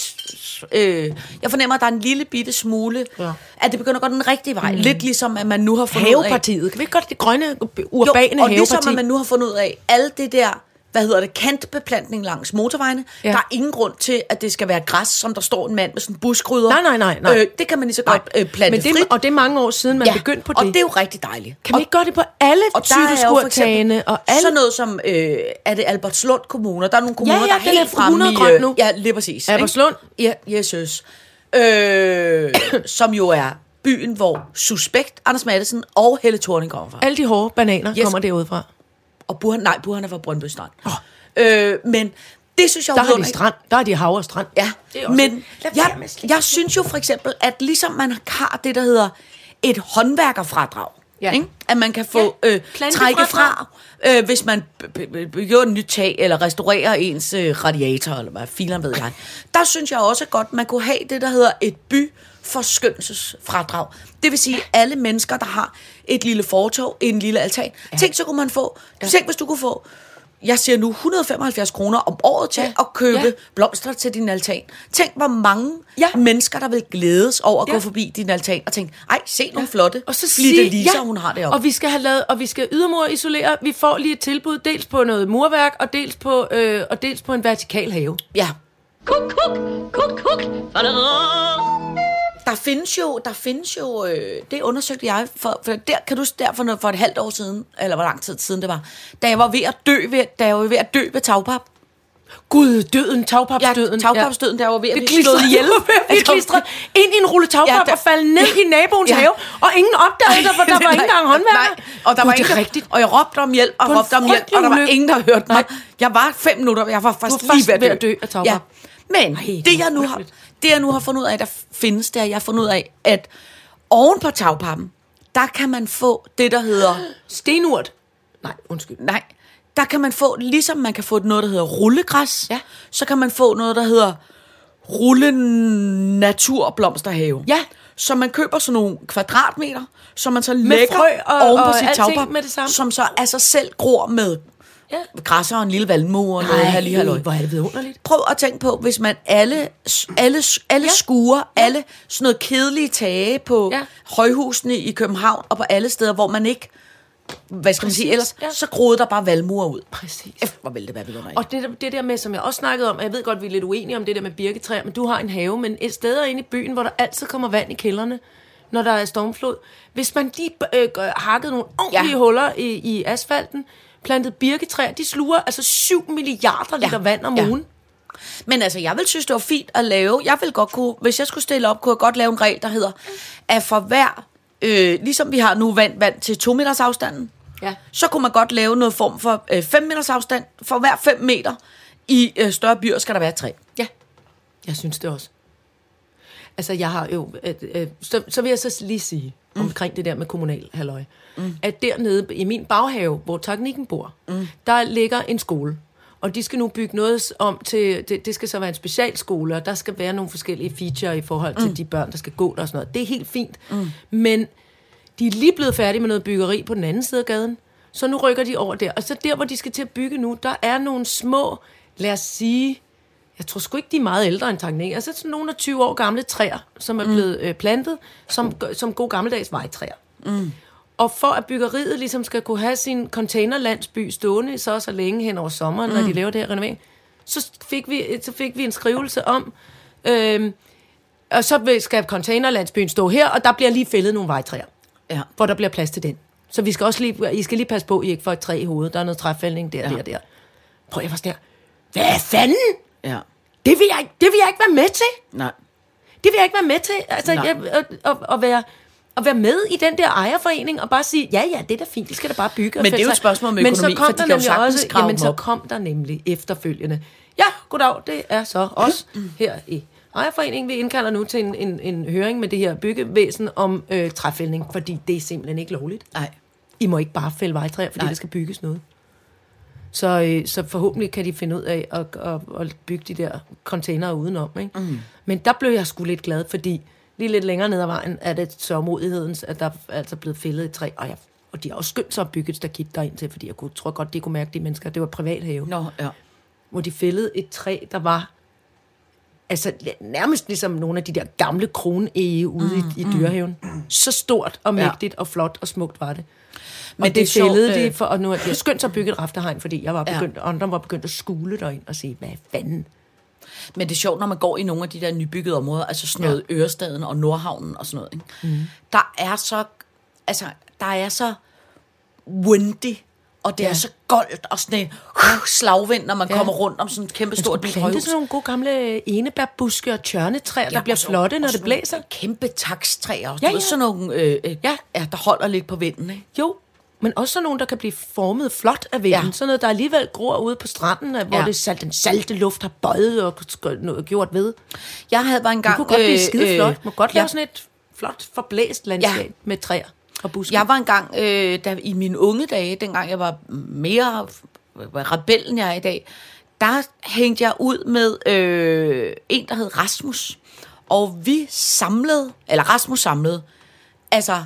øh, jeg fornemmer, at der er en lille bitte smule, Ja. at det begynder at gå den rigtige vej. Mm. Lidt ligesom, at man nu har fundet ud af... Havepartiet. Kan vi ikke godt det grønne, urbane Jo, og haveparti? ligesom, at man nu har fundet ud af, alt det der, hvad hedder det, kantbeplantning langs motorvejene, Ja. ja. der er ingen grund til, at det skal være græs, som der står en mand med sådan en buskrydder. Nej, nej, nej, nej. Øh, det kan man lige så godt øh, plante Men det, frit. og det er mange år siden, man Ja, begyndte på og det. det er jo rigtig dejligt. Kan man ikke gøre det på alle Og der er jo for cykelskurtagene eksempel og alle... sådan noget som, øh, er det Albertslund kommuner? Der er nogle kommuner, ja, der er den er helt fremme hundrede i... grønt øh, nu. Ja, lige præcis. Albertslund? Ikke? Ja, yes, yes. Øh, som jo er byen, hvor Suspekt, Anders Mattesen og Helle Thorning kommer fra. Alle de hårde bananer Yes. kommer derudfra. Og Burhan, nej, Burhan er fra Brøndby Strand. Oh. Øh, men det synes jeg Der jo har de vidunderligt. strand. Der har de hav og strand. Ja, Det er også- men Lad jeg, være med at slippe. jeg synes jo for eksempel, at ligesom man har det, der hedder et håndværkerfradrag, Ja. ikke? At man kan få Ja, øh, plantefradrag. trække fra, øh, hvis man bygger et nyt tag, eller restaurerer ens øh, radiator, eller hvad filen ved jeg. Der synes jeg også godt, man kunne have det, der hedder et byforskønnelsesfradrag. Det vil sige, at alle mennesker, der har et lille fortov, en lille altan, ja. tænk, så kunne man få, ja. tænk, hvis du kunne få, jeg siger nu, et hundrede og femoghalvfjerds kroner om året til Ja. ja. at købe Ja. ja. blomster til din altan. Tænk, hvor mange Ja. ja. mennesker, der vil glædes over at Ja. gå forbi din altan og tænke, ej, se nogle flotte, Og så Flitte sige, Lisa, ja, hun har det op. og vi skal have lavet, og vi skal ydermere isolere. Vi får lige et tilbud, dels på noget murværk, og dels på, øh, og dels på en vertikal have. Ja. Kuk, kuk, kuk, kuk. Der findes jo, der findes jo, øh, det undersøgte jeg, for, for der kan du derfor noget for et halvt år siden, eller hvor lang tid siden det var, da jeg var ved at dø ved, da jeg var ved at dø ved tagpap. Gud, døden, tagpapsdøden. Ja, tagpapsdøden, der var ved at Det blive slået klistrede ihjel. Vi klistrede ind i en rulle tagpap Ja, ja, der- og faldt ned i naboens Ja. have, og ingen opdagede det, for der var ikke engang håndværker. Nej, og der Gud, var det er ingen, rigtigt. og jeg råbte om hjælp, og På en råbte om hjælp, frygtelig og der var ulykke. ingen, der hørte mig. Nej. Jeg var fem minutter, jeg var først Du var lige først ved at dø. af tagpap. Men Ej, det det, var jeg nu har, frygteligt. det, jeg nu har fundet ud af, der findes, det er, jeg har fundet ud af, at oven på tagpappen, der kan man få det, der hedder... Stenurt. Nej, undskyld. Nej, der kan man få, ligesom man kan få noget, der hedder rullegræs, Ja. så kan man få noget, der hedder rullenaturblomsterhave. Ja. Så man køber sådan nogle kvadratmeter, som man så lægger frø og- oven på og sit alting tagpap, med det samme. som så af sig selv gror med ja. Græsser og en lille valmue og noget her lige halløj. Hvor er det vidunderligt. Prøv at tænke på, hvis man alle, alle, alle ja. skuer, ja. alle sådan noget kedelige tage på ja. højhusene i København og på alle steder, hvor man ikke, hvad skal Præcis. man sige ellers, ja. så groede der bare valmuer ud. Præcis. F, hvor ville det være vidunderligt. Og det, det der med, som jeg også snakkede om, og jeg ved godt, vi er lidt uenige om det der med birketræer, men du har en have, men et sted inde i byen, hvor der altid kommer vand i kældrene, når der er stormflod. Hvis man lige øh, hakkede nogle ordentlige ja. huller i, i asfalten, plantet birketræer, de sluger altså syv milliarder liter ja. vand om ja. ugen. Men altså, jeg vil synes, det var fint at lave, jeg vil godt kunne, hvis jeg skulle stille op, kunne jeg godt lave en regel, der hedder, at for hver, øh, ligesom vi har nu vand, vand til to meters afstanden, ja. så kunne man godt lave noget form for øh, fem meters afstand. For hver fem meter i øh, større byer skal der være tre. Ja, jeg synes det også. Altså, jeg har jo... Øh, øh, så, så vil jeg så lige sige, mm. omkring det der med kommunal halløj, mm. at dernede i min baghave, hvor teknikken bor, mm. der ligger en skole. Og de skal nu bygge noget om til... Det, det skal så være en specialskole, og der skal være nogle forskellige feature i forhold til mm. de børn, der skal gå der og sådan noget. Det er helt fint. Mm. Men de er lige blevet færdige med noget byggeri på den anden side af gaden, så nu rykker de over der. Og så der, hvor de skal til at bygge nu, der er nogle små, lad os sige... Jeg tror sgu ikke, de er meget ældre end teknik. Altså sådan nogle af tyve år gamle træer, som er blevet øh, plantet som, som gode gammeldags vejtræer. Mm. Og for at byggeriet ligesom skal kunne have sin containerlandsby stående så så længe hen over sommeren, mm. når de laver det her renovering, så fik vi, så fik vi en skrivelse om, øh, og så skal containerlandsbyen stå her, og der bliver lige fældet nogle vejtræer, ja. hvor der bliver plads til den. Så vi skal også lige, I skal lige passe på, I ikke får et træ i hovedet. Der er noget træfældning der, ja. der, der. Prøv at jeg hvad fanden? Ja. Det vil jeg, det vil jeg ikke være med til. Nej. Det vil jeg ikke være med til. Altså, jeg, at, at, at, være, at være med i den der ejerforening og bare sige, ja, ja, det er da fint, det skal da bare bygge. Men det er jo et spørgsmål om økonomi, for de kan jo sagtens skrave jamen, så kom der nemlig efterfølgende. Ja, goddag, det er så os her i ejerforeningen. Vi indkalder nu til en, en, en høring med det her byggevæsen om øh, træfældning, fordi det er simpelthen ikke lovligt. Nej. I må ikke bare fælde vejtræer, fordi Nej. der skal bygges noget. Så, øh, så forhåbentlig kan de finde ud af at, at, at bygge de der containere udenom. Ikke? Mm. Men der blev jeg sgu lidt glad, fordi lige lidt længere ned ad vejen er det sørgmodighedens, at der er altså blevet fældet et træ. Og, jeg, og de har også skyndt sig at bygge et stakit derind til, fordi jeg kunne, tror godt, de kunne mærke, de mennesker, det var privat have. Nå, ja. Hvor de fældede et træ, der var altså nærmest ligesom nogle af de der gamle kronege ude mm, i, i dyrehaven. Mm. Så stort og mægtigt ja. og flot og smukt var det. Men og det, det fældede de, for, og nu har de skyndt sig at bygge et rafterhegn, fordi jeg var begyndt, ja. andre var begyndt at skule derind og sige, hvad fanden? Men det er sjovt, når man går i nogle af de der nybyggede områder, altså sådan noget ja. Ørestaden og Nordhavnen og sådan noget, ikke? Mm. Der er så, altså, der er så windy, og det ja. er så goldt og sådan en uh, slagvind, når man ja. kommer rundt om sådan et kæmpe stort hus. Det er sådan nogle gode gamle enebærbuske og tjørnetræer, ja, der bliver så, flotte, når det blæser. Kæmpe takstræer, og ja, ja. sådan nogle, øh, øh, ja. Ja, der holder lidt på vinden, ikke? Jo. Men også sådan nogle, der kan blive formet flot af vinden. Ja. Sådan noget, der alligevel gror ude på stranden, hvor ja. det salt, den salte luft har bøjet og gjort ved. Jeg havde bare engang... Det kunne godt blive skide flot. Man kunne godt lave ja. sådan et flot, forblæst landskab ja. med træer og buske. Jeg var engang, øh, da, i mine unge dage, dengang jeg var mere rebel, end jeg er i dag, der hængte jeg ud med øh, en, der hed Rasmus. Og vi samlede, eller Rasmus samlede, altså,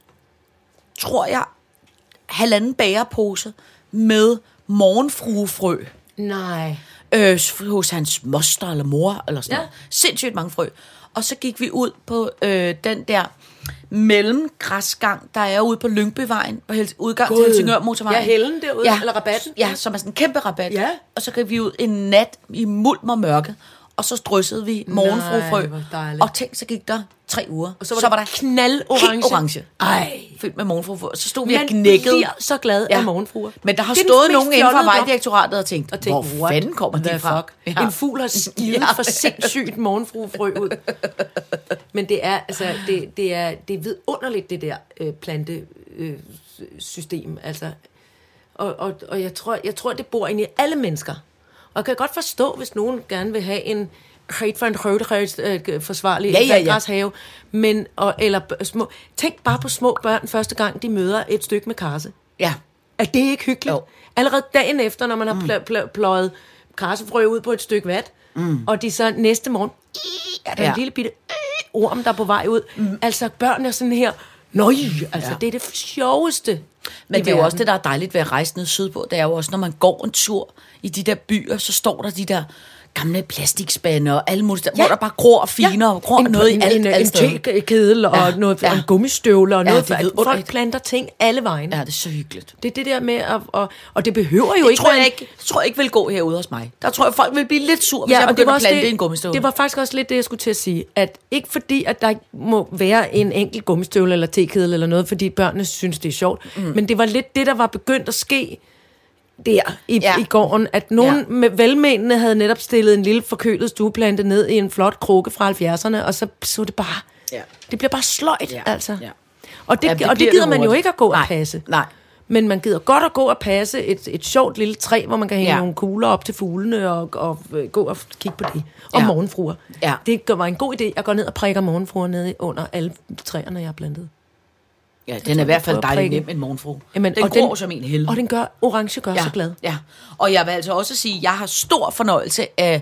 tror jeg, halvanden bærepose med morgenfruefrø. Nej. Øh, hos hans moster eller mor, eller sådan ja. noget. Sindssygt mange frø. Og så gik vi ud på øh, den der mellemgræsgang, der er ude på Lyngbyvejen, på Hel- udgang God. til Helsingør Motorvejen. Ja, hælden derude, ja. eller rabatten. Ja, som er sådan en kæmpe rabat. Ja. Og så gik vi ud en nat i mulm og mørke, og så dryssede vi morgenfruefrø. Og tænk, så gik der tre uger. Og så var, så var der knaldorange. orange. Ej. Fyldt med morgenfruefrø. Så stod vi og knækkede. Man bliver så glad ja. af morgenfruer. Men der har stået nogen inden fra Vejdirektoratet og tænkt, og tænkt hvor fanden kommer de fra? Ja. En fugl har skivet ja. for sindssygt morgenfruefrø ud. Men det er, altså, det, det er, det er vidunderligt, det der øh, plantesystem. Øh, altså. Og, og, og jeg, tror, jeg tror, det bor inde i alle mennesker. Og jeg kan godt forstå, hvis nogen gerne vil have en helt for en rødt forsvarlig ja, ja, ja. græshave, men og, eller små. Tænk bare på små børn første gang de møder et stykke med karse. Ja. Er det ikke hyggeligt? Jo. Allerede dagen efter, når man har mm. pl- pl- pløjet karsefrø ud på et stykke vat, mm. og de så næste morgen er der ja. en lille bitte orm, der er på vej ud. Mm. Altså børn er sådan her. Nøj, altså ja. det er det sjoveste. Men det er jo også det, der er dejligt ved at rejse ned sydpå. Det er jo også, når man går en tur i de der byer, så står der de der gamle plastikspande og alle mulige, ja. Hvor der bare gror og finer, ja. Og gror en, noget en, i alt, en, alt en tekedel og ja. noget Ja. og en gummistøvler og Ja, noget. det er For, folk planter ting alle vejen. Ja, det er så hyggeligt. Det er det der med, at, og, og det behøver jo det ikke... Tror jeg ikke det tror jeg ikke vil gå herude hos mig. Der tror jeg, folk vil blive lidt sur, hvis Ja, jeg og det begynder var at plante det, i en gummistøvle. Det var faktisk også lidt det, jeg skulle til at sige. At ikke fordi, at der må være en enkelt gummistøvle eller tekedel eller noget, fordi børnene synes, det er sjovt. Mm. Men det var lidt det, der var begyndt at ske der i, ja. i gården, at nogen Ja. med velmenende havde netop stillet en lille forkølet stueplante ned i en flot krukke fra halvfjerdserne, og så så det bare... Ja. Det bliver bare sløjt, Ja. altså. Ja. Og det, Ja, det og det bliver gider det man jo hurtigt. ikke at gå og Nej. passe. Nej. Men man gider godt at gå og passe et, et sjovt lille træ, hvor man kan hænge Ja. nogle kugler op til fuglene og, og øh, gå og kigge på det. Og Ja. morgenfruer. Ja. Det var en god idé at gå ned og prikke morgenfruer nede under alle træerne, jeg har plantet. Ja, den er i hvert fald prøver at dejlig prikke. nem, en morgenfru. Jamen, den og gror den- som en helvede. Og den gør, orange gør ja, så glad. Ja, og jeg vil altså også sige, at jeg har stor fornøjelse af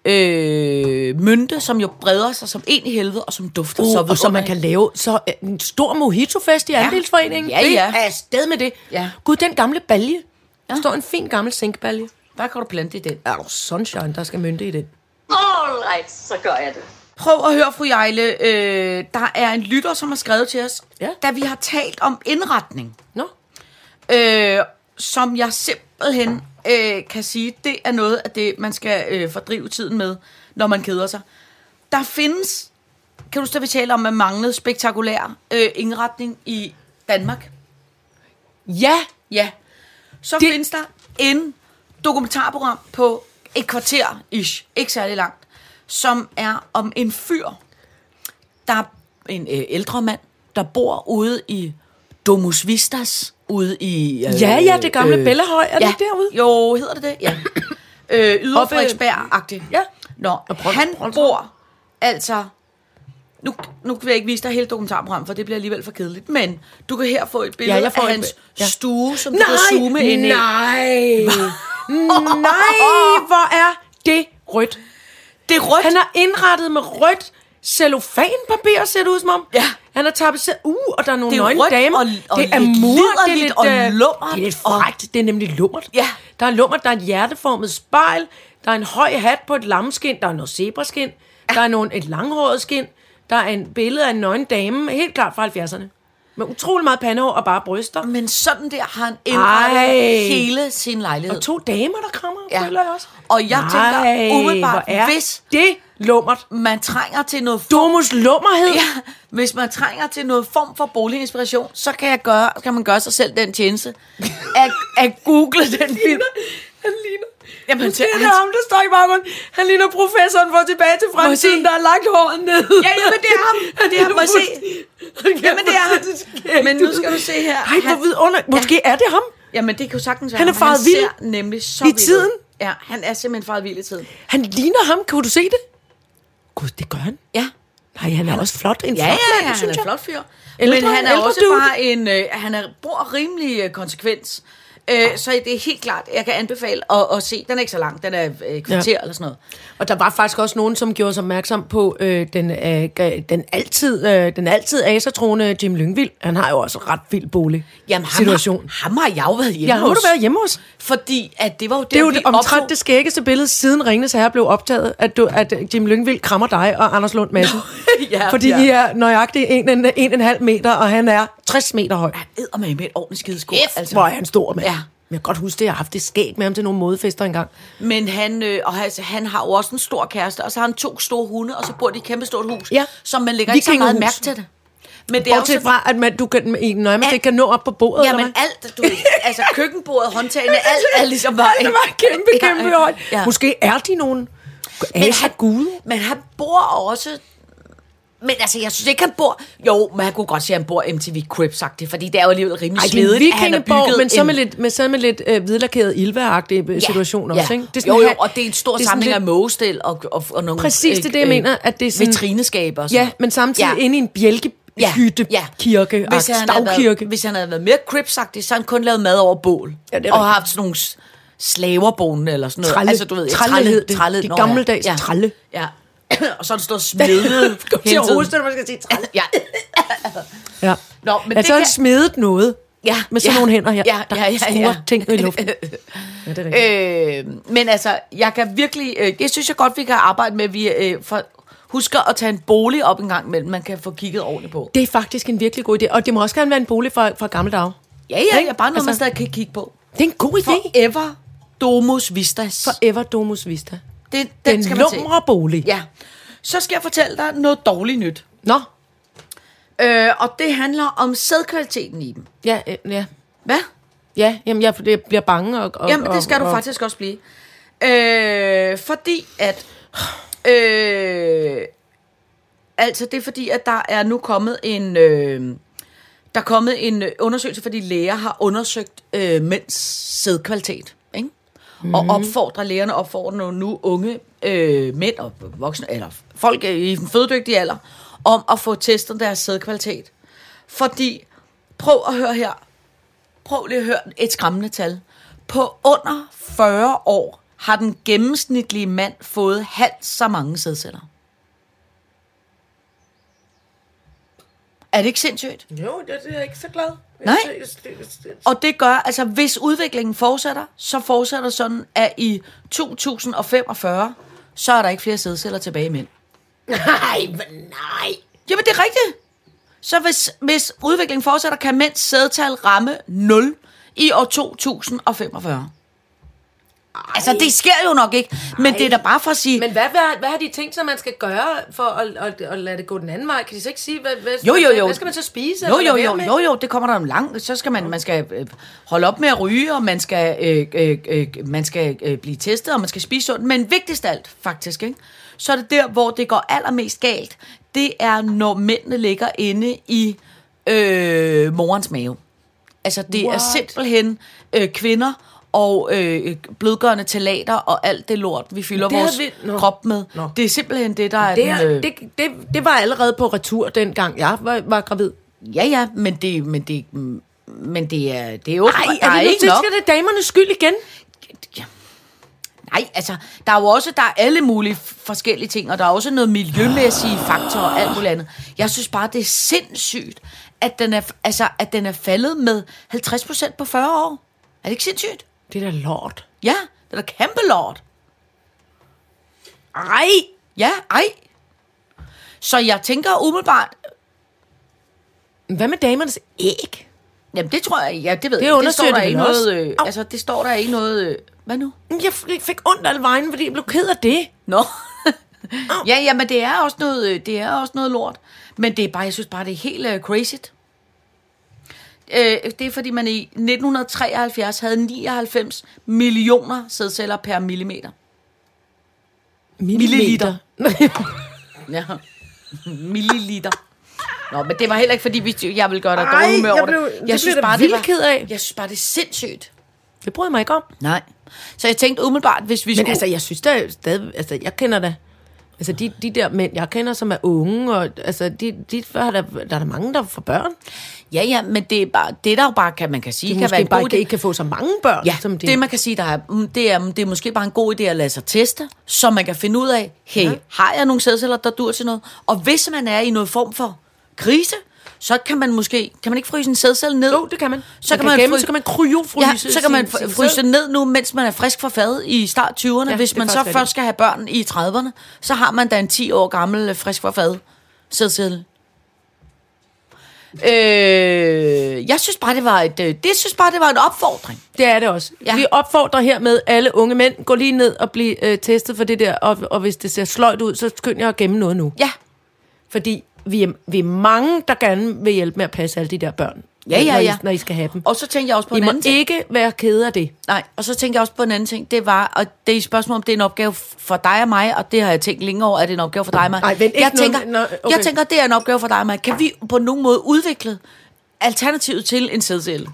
øh, mynte, som jo breder sig som en i helvede, og som dufter Uh, så og så man kan lave så øh, en stor mojito-fest i andelsforeningen. Ja, ja. Det er afsted med det. Ja. Gud, den gamle balje. Der står en fin gammel zinkbalje. Der kan du plante i den. Er du sunshine, der skal mynte i den. All right, så gør jeg det. Prøv at høre, fru Jejle. Øh, der er en lytter, som har skrevet til os, Ja. da vi har talt om indretning, Nå. øh, som jeg simpelthen øh, kan sige, det er noget af det, man skal øh, fordrive tiden med, når man keder sig. Der findes, kan du stadig tale om, at manglede spektakulær øh, indretning i Danmark? Ja. Ja. Så Det- det... findes der en dokumentarprogram på et kvarter-ish, ikke særlig langt, som er om en fyr, der er en øh, ældre mand, der bor ude i Domus Vistas, ude i... Øh, Ja, ja, det gamle Bellahøj, er det ja, ikke derude? Jo, hedder det det? Ja. øh, Yder Oppe- Frederiksberg-agtigt. Ja. Nå, Og Brønd- han Brøndshøj. bor altså... Nu, nu vil jeg ikke vise dig hele dokumentarprogrammet, for det bliver alligevel for kedeligt. Men du kan her få et billede Ja, jeg får af et hans bi- ja. stue, som du kan zoome ind i. nej, nej, hvor er det rødt. Det er rødt. Han har indrettet med rødt cellofanpapir, ser det ud som om. Ja. Han har tapetseret, uh, og der er nogle Det er nøgne rødt damer. og- og det er lidt muret, det er liderligt lidt, og øh, lummert Det er lidt og- frækt, det er nemlig lummert. Ja. Der er lummert, der er et hjerteformet spejl, der er en høj hat på et lammeskin, der er noget zebraskin, ja. Der er nogle, et langhåret skin, der er en billede af en nøgen dame, helt klart fra halvfjerdserne. Med utrolig meget pandehår og bare bryster. Men sådan der har han indrettet Ej. hele sin lejlighed. Og to damer, der krammer, Ja. føler jeg også. Og jeg tænker umiddelbart, hvor er hvis det lummert. man trænger til noget form, Domus lummerhed. ja, hvis man trænger til noget form for boliginspiration, så kan, jeg gøre, kan man gøre sig selv den tjeneste at, at google den film. Han ligner... Jamen, Det til, er ham, der står i baggrunden. Han ligner professoren for tilbage til Må jeg se? fremtiden, der har lagt håret ned. Ja, jamen, det er ham. Det er ham. Må jeg se? Jamen, det er ham. Men nu skal du se her. Ej, hvor vidunder. Måske er det ham. Jamen, det kan jo sagtens være. Han er ham. faret han vild ser nemlig så i vild ud. tiden. Ja, han er simpelthen faret vild i tiden. Han ligner ham. Kan du se det? Gud, det gør han. Ja. Nej, han er også flot. En Ja, flot ja, ja, mand, han synes er en jeg. flot fyr. Ældre- Men han er ældre også dude. bare en... Øh, han er, bor rimelig øh, konsekvens. Øh, så det er helt klart, jeg kan anbefale at, at se. Den er ikke så lang, den er øh, et kvarter Ja. eller sådan noget. Og der var faktisk også nogen, som gjorde sig opmærksom på øh, den, øh, den altid, øh, den altid asatroende Jim Lyngvild. Han har jo også ret vild bolig Jamen, ham situation. Har, ham har jeg jo været hjemme Ja, har hos. du været hjemme hos? Fordi at det var jo det, Det er jo vi det, omtrent optog. det skæggeste billede, siden Ringenes Herre blev optaget, at, du, at Jim Lyngvild krammer dig og Anders Lund Madsen. Ja, Fordi ja. I er nøjagtigt en, en, en og en halv meter, og han er tres meter høj. Han æder med med et ordentligt skideskår. Altså. Hvor er han stor med. Ja. Men jeg kan godt huske det, jeg har haft det skæg med ham til nogle modefester engang. Men han, øh, og altså, han har jo også en stor kæreste, og så har han to store hunde, og så bor de i et kæmpe stort hus, Ja. som man lægger ikke så meget Vikingehus. mærke til det. Men det er jo Bortset så, fra, at man, du kan, i nærmest ikke kan nå op på bordet. ja, eller men hvad? alt, du ved, altså køkkenbordet, håndtagene, alt er ligesom bare... Det var kæmpe, kæmpe Ja, højt. ja. Måske er de nogen asa gude. Men han bor også... Men altså, jeg synes ikke, han bor... Jo, men han kunne godt sige, at han bor M T V Cribs-agtigt, fordi det er jo alligevel rimelig Ej, det er en svedigt, at han har vikingeborg, bygget men så en... med lidt, med, så med lidt øh, hvidlakeret Ilva-agtig ja, situation ja. også, ikke? Det er sådan jo, jo, her- og det er en stor det er sådan samling lidt- af mågestel og, og, og nogle... Præcis, det er det, jeg mener, at det er sådan- Vitrineskaber og sådan. Ja, men samtidig Ja. ja. inde i en bjælkehytte, ja. kirke, Hvis han, havde stavkirke. været, hvis han havde været mere cripsagtig, så havde han kun lavet mad over bål. Ja, det er og rigtigt. haft sådan nogle s- slaverboende eller sådan noget. Tralle. Altså, du ved, ja, Tralle hed det. tralle, De nå, gammeldags ja. tralle. Ja. Og så er det stået smedet Kom til hele at tiden. hoste, når man skal sige tralle. Ja. Ja. Nå, men altså, det han kan- smedet noget. Ja, med sådan ja, nogle hænder her, ja, der ja, ja, skruer ja. ting i luften. Ja, det er øh, men altså, jeg kan virkelig, øh, jeg synes jeg godt, vi kan arbejde med, at vi øh, for, husker at tage en bolig op en gang imellem, man kan få kigget ordentligt på. Det er faktisk en virkelig god idé, og det må også gerne være en bolig fra, fra gamle dage. Ja, ja, ja, bare noget, altså, man stadig kan kigge på. Det er en god idé. Forever Domus Vistas. Forever Domus Vista. Det, den, Den skal man til. lumre bolig. Ja. Så skal jeg fortælle dig noget dårligt nyt. Nå. Øh, og det handler om sædkvaliteten i dem. Ja, øh, ja. Hvad? Ja, jamen jeg, jeg bliver bange. Og, og, Jamen, det skal og, du og, faktisk også blive. Øh, fordi at... Øh, altså, det er fordi, at der er nu kommet en... Øh, der er kommet en undersøgelse, fordi læger har undersøgt øh, mænds sædkvalitet. Ikke? Mm-hmm. Og opfordrer, lægerne opfordrer nu unge øh, mænd og voksne, eller folk i den fødedygtige alder, om at få testet deres sædkvalitet. Fordi, prøv at høre her, prøv lige at høre et skræmmende tal. På under fyrre år har den gennemsnitlige mand fået halvt så mange sædceller. Er det ikke sindssygt? Jo, det er jeg ikke så glad. Nej. Og det gør, altså hvis udviklingen fortsætter, så fortsætter sådan, at i to tusind femogfyrre, så er der ikke flere sædceller tilbage i mænd. Nej, nej. Jamen det er rigtigt. Så hvis, hvis udviklingen fortsætter, kan mænds sædtal ramme nul i år to tusind femogfyrre. Ej. Altså det sker jo nok ikke, men Ej. det er da bare for at sige... Men hvad, hvad, hvad har de tænkt sig, man skal gøre for at, at, at lade det gå den anden vej? Kan de så ikke sige, hvad, hvad, jo, jo, jo. hvad skal man så spise? Jo, jo, jo, jo, jo, det kommer der langt. Så skal man, man skal øh, holde op med at ryge, og man skal, øh, øh, øh, man skal øh, blive testet, og man skal spise sundt. Men vigtigst alt, faktisk, ikke? Så er det der, hvor det går allermest galt. Det er, når mændene ligger inde i øh, morens mave. Altså, det What? er simpelthen øh, kvinder og øh, blødgørende talater og alt det lort, vi fylder det vores vi... krop med. Nå. Det er simpelthen det, der er det, den... Øh... Det, det, det var allerede på retur, dengang jeg var, var gravid. Ja, ja, men det, men det, men det er, det er jo... Ej, er det ikke nok? Skal det damernes skyld igen? Ja. Nej, altså, der er jo også, der er alle mulige forskellige ting, og der er også noget miljømæssige faktorer og alt muligt andet. Jeg synes bare, det er sindssygt, at den er, altså, at den er faldet med halvtreds procent på fyrre år. Er det ikke sindssygt? Det er da lort. Ja, det er da kæmpe lort. Ej! Ja, ej. Så jeg tænker umiddelbart... Hvad med damernes æg? Jamen, det tror jeg, ja, det ved det jeg. Det står der det ikke noget... Øh, altså, det står der ikke noget... Øh, hvad nu? Jeg fik ondt alle vejen, fordi jeg blev ked af det. Nå. ja, ja, men det er også noget, det er også noget lort. Men det er bare, jeg synes bare, det er helt uh, crazy. Uh, det er fordi, man i nitten treoghalvfjerds havde nioghalvfems millioner sædceller per millimeter. Milliliter? Ja, milliliter. Nå, men det var heller ikke, fordi vi, jeg ville gøre dig dårlig humør over det. Jeg, jeg synes bare, det var, ked af. Jeg synes bare, det er sindssygt. Det bryder jeg mig ikke om. Nej. Så jeg tænkte umiddelbart, hvis vi Men skulle... altså, jeg synes da stadig... Altså, jeg kender da... Altså, de, de der mænd, jeg kender, som er unge, og altså, de, de, der, der er der mange, der får børn. Ja, ja, men det er bare... Det der jo bare, kan man kan sige... De kan måske være en bare god ikke kan få så mange børn. Ja, som de... det man kan sige, der er, det, er, det er måske bare en god idé at lade sig teste, så man kan finde ud af, hey, ja. har jeg nogle sædceller, der dur til noget? Og hvis man er i noget form for krise... Så kan man måske... Kan man ikke fryse en sædcelle ned? Jo, det kan man. Så man kan man, man, gemme, fry... så kan man kryofryse. Ja, så kan man sin, fryse sin ned nu, mens man er frisk fra fadet i start tyverne. Ja, hvis man så først skal have børn i trediverne, så har man da en ti år gammel frisk fra fadet sædcelle. Øh, jeg synes bare, det var et... Det synes bare, det var en opfordring. Det er det også. Ja. Vi opfordrer hermed alle unge mænd, gå lige ned og blive øh, testet for det der, og, og hvis det ser sløjt ud, så skynd jer at gemme noget nu. Ja. Fordi vi er, vi er mange, der gerne vil hjælpe med at passe alle de der børn. Ja, ja, ja. Når I, når I skal have dem. Og så tænker jeg også på I en anden ting. I må ikke være kede af det. Nej, og så tænker jeg også på en anden ting. Det var, og det er et spørgsmål, om det er en opgave for dig og mig, og det har jeg tænkt længe over, at det er en opgave for dig og mig. Nej, vent, jeg, tænker, noget, no, okay. jeg tænker, det er en opgave for dig og mig. Kan vi på nogen måde udvikle alternativet til en sædcelle?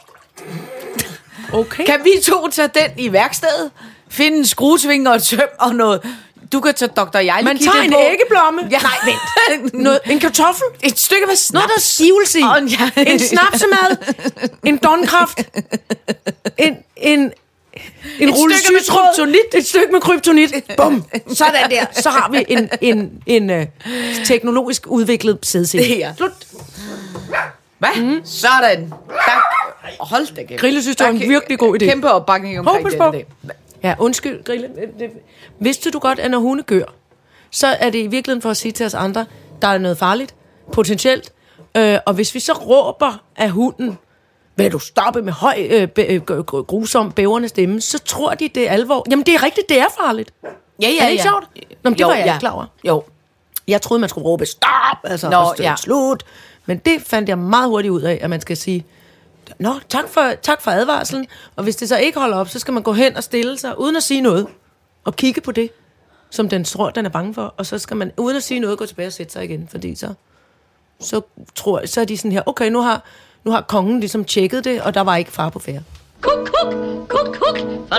Okay. Kan vi to tage den i værkstedet? Finde en skruesvinger og et søm og noget... Du kan tage doktor Jejle. Man tager en på. æggeblomme. Ja. Nej, vent. Noget, en kartoffel. Et stykke med snaps. Noget, der er stivelse i. En, ja. en snapsemad. En donkraft. En, en, en rulle sygtråd. Et stykke med kryptonit. Bum. Sådan der. Så har vi en, en, en, en uh, teknologisk udviklet sædcelle. Det er slut. Hvad? Mm. Sådan. Tak. Hold da kæft. Grille synes, det var en virkelig god idé. Kæmpe opbakning omkring Hoppes den på. dag. Ja, undskyld, Grille. Det- Vidste du godt, at når hunde gør, så er det i virkeligheden for at sige til os andre, der er noget farligt, potentielt. Øh, og hvis vi så råber af hunden, vil du stoppe med høj, øh, be, øh, grusom, bæverne stemme, så tror de, det er alvor. Jamen, det er rigtigt, det er farligt. Ja, ja, Er det ikke ja. sjovt? Nå, men det Jo, var jeg ja. ikke klar over. Jo. Jeg troede, man skulle råbe stop, altså Nå, Nå, ja. slut. Men det fandt jeg meget hurtigt ud af, at man skal sige, nå, tak for, tak for advarslen. Og hvis det så ikke holder op, så skal man gå hen og stille sig, uden at sige noget, og kigge på det, som den tror, den er bange for. Og så skal man, uden at sige noget, gå tilbage og sætte sig igen. Fordi så, så, tror jeg, så er de sådan her, okay, nu har, nu har kongen ligesom tjekket det, og der var ikke far på færre. Kuk, kuk, kuk, kuk.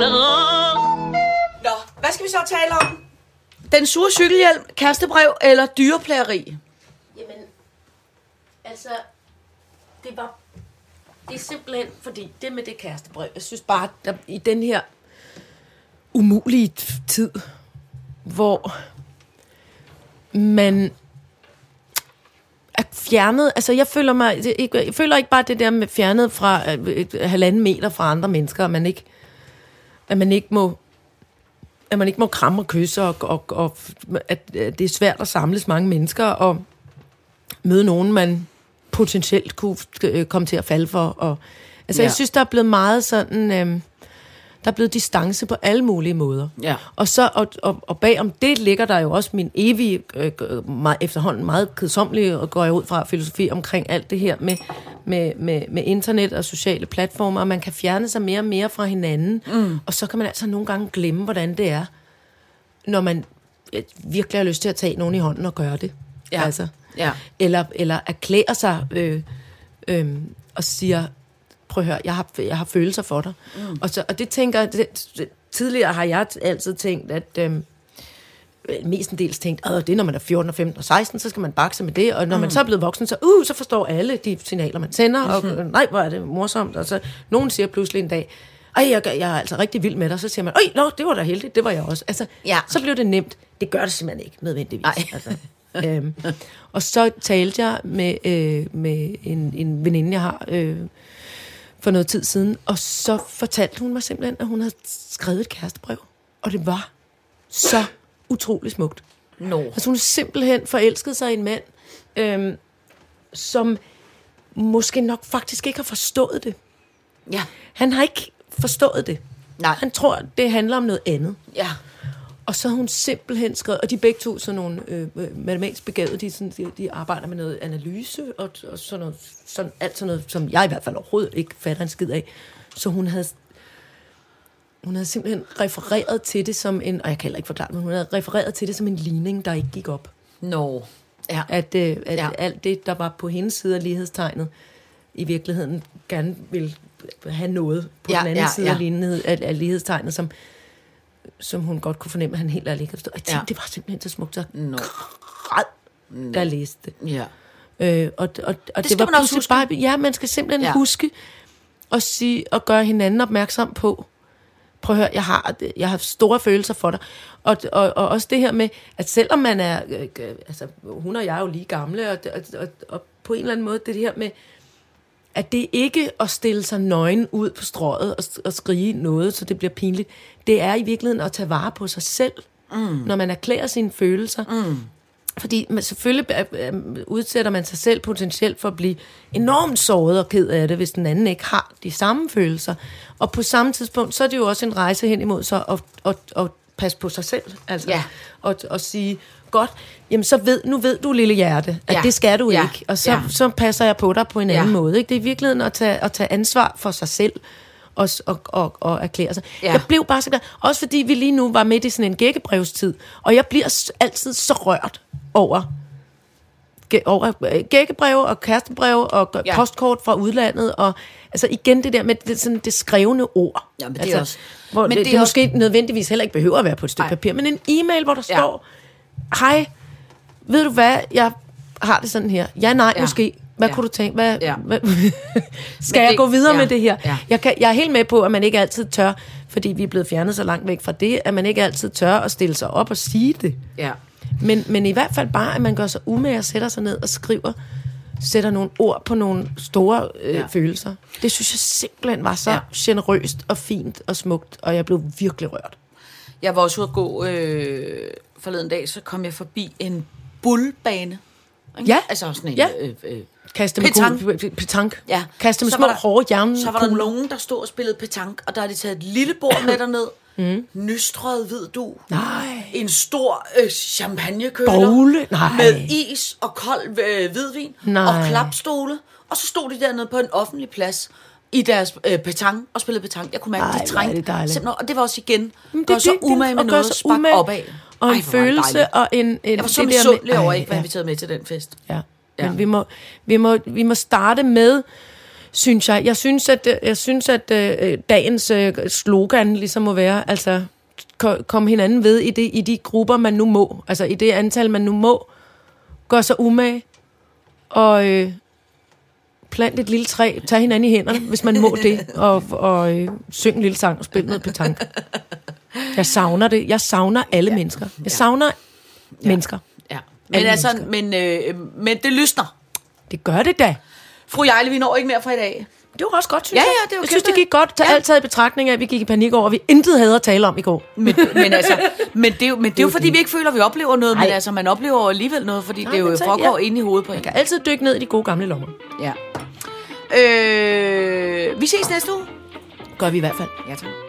Nå, hvad skal vi så tale om? Den sure cykelhjelm, kærestebrev eller dyreplageri? Jamen, altså, det var, det er simpelthen, fordi det med det kærestebrev, jeg synes bare, der, i den her umulige tid, hvor man er fjernet, altså jeg føler mig, jeg føler ikke bare det der med fjernet fra et halvanden meter fra andre mennesker, at man ikke, at man ikke må, at man ikke må kramme og kysse, og, og, og at det er svært at samles mange mennesker, og møde nogen, man potentielt kunne komme til at falde for. Og, altså, ja. Jeg synes, der er blevet meget sådan, øh, der er blevet distance på alle mulige måder. Ja. Og, så, og, og, og bagom det ligger der jo også min evige, øh, meget, efterhånden meget kedsommelige, og går jeg ud fra filosofi omkring alt det her med, med, med, med internet og sociale platformer, og man kan fjerne sig mere og mere fra hinanden, mm. og så kan man altså nogle gange glemme, hvordan det er, når man virkelig har lyst til at tage nogen i hånden og gøre det. Ja. Altså. Ja. Eller, eller erklærer sig øh, øh, og siger, prøv at høre, jeg har, jeg har følelser for dig. Mm. Og, så, og det tænker jeg, det, det, tidligere har jeg altid tænkt, at øh, mestendels tænkt, at det er, når man er fjorten og femten og seksten, så skal man bakse med det, og når mm. man så er blevet voksen, så, uh, så forstår alle de signaler, man sender, mm-hmm. og nej, hvor er det morsomt, og så nogen siger pludselig en dag, ej, jeg, jeg er altså rigtig vild med dig, så siger man, øj, nå, det var da heldigt, det var jeg også. Altså, ja. Så blev det nemt. Det gør det simpelthen ikke, nødvendigvis. Altså. øhm, og så talte jeg med, øh, med en, en veninde, jeg har øh, for noget tid siden, og så fortalte hun mig simpelthen, at hun havde skrevet et kærestebrev, og det var så utrolig smukt. No. Altså hun simpelthen forelskede sig i en mand, øh, som måske nok faktisk ikke har forstået det. Ja. Han har ikke forstået det. Nej. Han tror, det handler om noget andet. Ja. Og så har hun simpelthen skrevet, og de begge to sådan nogle øh, matematisk begavede, de, sådan, de, de arbejder med noget analyse, og, og sådan noget, sådan, alt sådan noget, som jeg i hvert fald overhovedet ikke fatter en skid af. Så hun havde, hun havde simpelthen refereret til det som en, og jeg kan heller ikke forklare det, men hun havde refereret til det som en ligning, der ikke gik op. No. Ja. At, øh, at ja. alt det, der var på hendes side af lighedstegnet, i virkeligheden gerne ville have noget på ja, den anden ja, side ja. af, lighed, af, af lighedstegnet, som som hun godt kunne fornemme, at han helt ærligt ikke forstod. Jeg tænkte, ja. Det var simpelthen så smukt, så no. græd, no. der læste det. Ja. Øh, og, og, og det, det var man også huske. bare, ja, man skal simpelthen ja. huske at sige, og gøre hinanden opmærksom på, prøv at høre, jeg har, jeg har store følelser for dig. Og, og, og også det her med, at selvom man er, øh, altså hun og jeg er jo lige gamle, og, og, og, og på en eller anden måde, det her med, at det ikke at stille sig nøgen ud på strøget og, og skrige noget, så det bliver pinligt. Det er i virkeligheden at tage vare på sig selv, mm. når man erklærer sine følelser. Mm. Fordi man, selvfølgelig udsætter man sig selv potentielt for at blive enormt såret og ked af det, hvis den anden ikke har de samme følelser. Og på samme tidspunkt, så er det jo også en rejse hen imod sig at, at, at passe på sig selv. Altså, ja. og, og sige, godt, jamen så ved, nu ved du, lille hjerte, at ja. det skal du ja. ikke. Og så, ja. så passer jeg på dig på en anden ja. måde. Ikke? Det er i virkeligheden at tage, at tage ansvar for sig selv og, og, og, og erklære sig. Ja. Jeg blev bare så glad. Også fordi vi lige nu var midt i sådan en gækkebrevstid, og jeg bliver altid så rørt over, over gækkebreve og kærestebreve og ja. postkort fra udlandet. Og altså igen det der med det, sådan det skrevne ord. Ja, men det altså, er også... Hvor men det, det, det, det også... måske nødvendigvis heller ikke behøver at være på et stykke Ej. papir, men en e-mail, hvor der ja. står, hej, ved du hvad, jeg har det sådan her. Ja, nej, ja. måske. Hvad ja. kunne du tænke? Hvad, ja. hvad, skal det, jeg gå videre ja. med det her? Ja. Jeg, kan, jeg er helt med på, at man ikke altid tør, fordi vi er blevet fjernet så langt væk fra det, at man ikke altid tør at stille sig op og sige det. Ja. Men, men i hvert fald bare, at man gør sig umage og sætter sig ned og skriver sætter nogle ord på nogle store øh, Ja. følelser. Det synes jeg simpelthen var så Ja. generøst og fint og smukt, og jeg blev virkelig rørt. Jeg var også ude at gå øh, forleden dag, så kom jeg forbi en bullbane. Ikke? Ja. Altså sådan en... Ja. Øh, øh, Kaste med Petanque. kugler, petanque. Ja. Kaste med Så små var der- hårde jern. Så var der nogen, der stod og spillede petanque, og der har de taget et lille bord med derned. Mm. Nystrøget hvid du. Nej. En stor øh, champagnekøler. Bowle? Nej. Med is og kold øh, hvidvin. Nej. Og klapstole. Og så stod de dernede på en offentlig plads i deres øh, petanque og spillede petanque. Jeg kunne mærke, Ej, at de hvor er trængte. det dejligt. Simpelthen, og det var også igen. Men Gør det så er umage med og gør noget, sig spark umage. opad. Og en Ej, hvor var det følelse dejligt. og en... en Jeg var så det der misundelig med- over Ej, ikke, hvad ja. vi taget med til den fest. Ja. Ja. Men vi må, vi, må, vi må starte med, synes jeg. Jeg synes, at, jeg synes, at øh, dagens øh, slogan ligesom må være, altså, ko- kom hinanden ved i, det, i de grupper, man nu må. Altså, i det antal, man nu må. Gør sig umage. Og øh, plant et lille træ. Tag hinanden i hænderne, hvis man må det. Og, og øh, syng en lille sang og spil noget petanque. Jeg savner det. Jeg savner alle ja. mennesker. Jeg savner ja. mennesker. Ja. Men, Alle altså, mennesker. men, øh, men det lysner. Det gør det da. Fru Jejle, vi når ikke mere fra i dag. Det var også godt, synes Ja, jeg. ja, det var jeg synes, det kæmpe- gik godt. Tag Ja. alt taget i betragtning af, at vi gik i panik over, at vi intet havde at tale om i går. Men, men, altså, men det er jo, men det er jo jo fordi, det. vi ikke føler, at vi oplever noget. Nej. Men altså, man oplever jo alligevel noget, fordi Nej, det jo men så- foregår ja. inde i hovedet på en. Jeg kan altid dykke ned i de gode gamle lommer. Ja. Øh, vi ses næste uge. Gør vi i hvert fald. Ja, tak.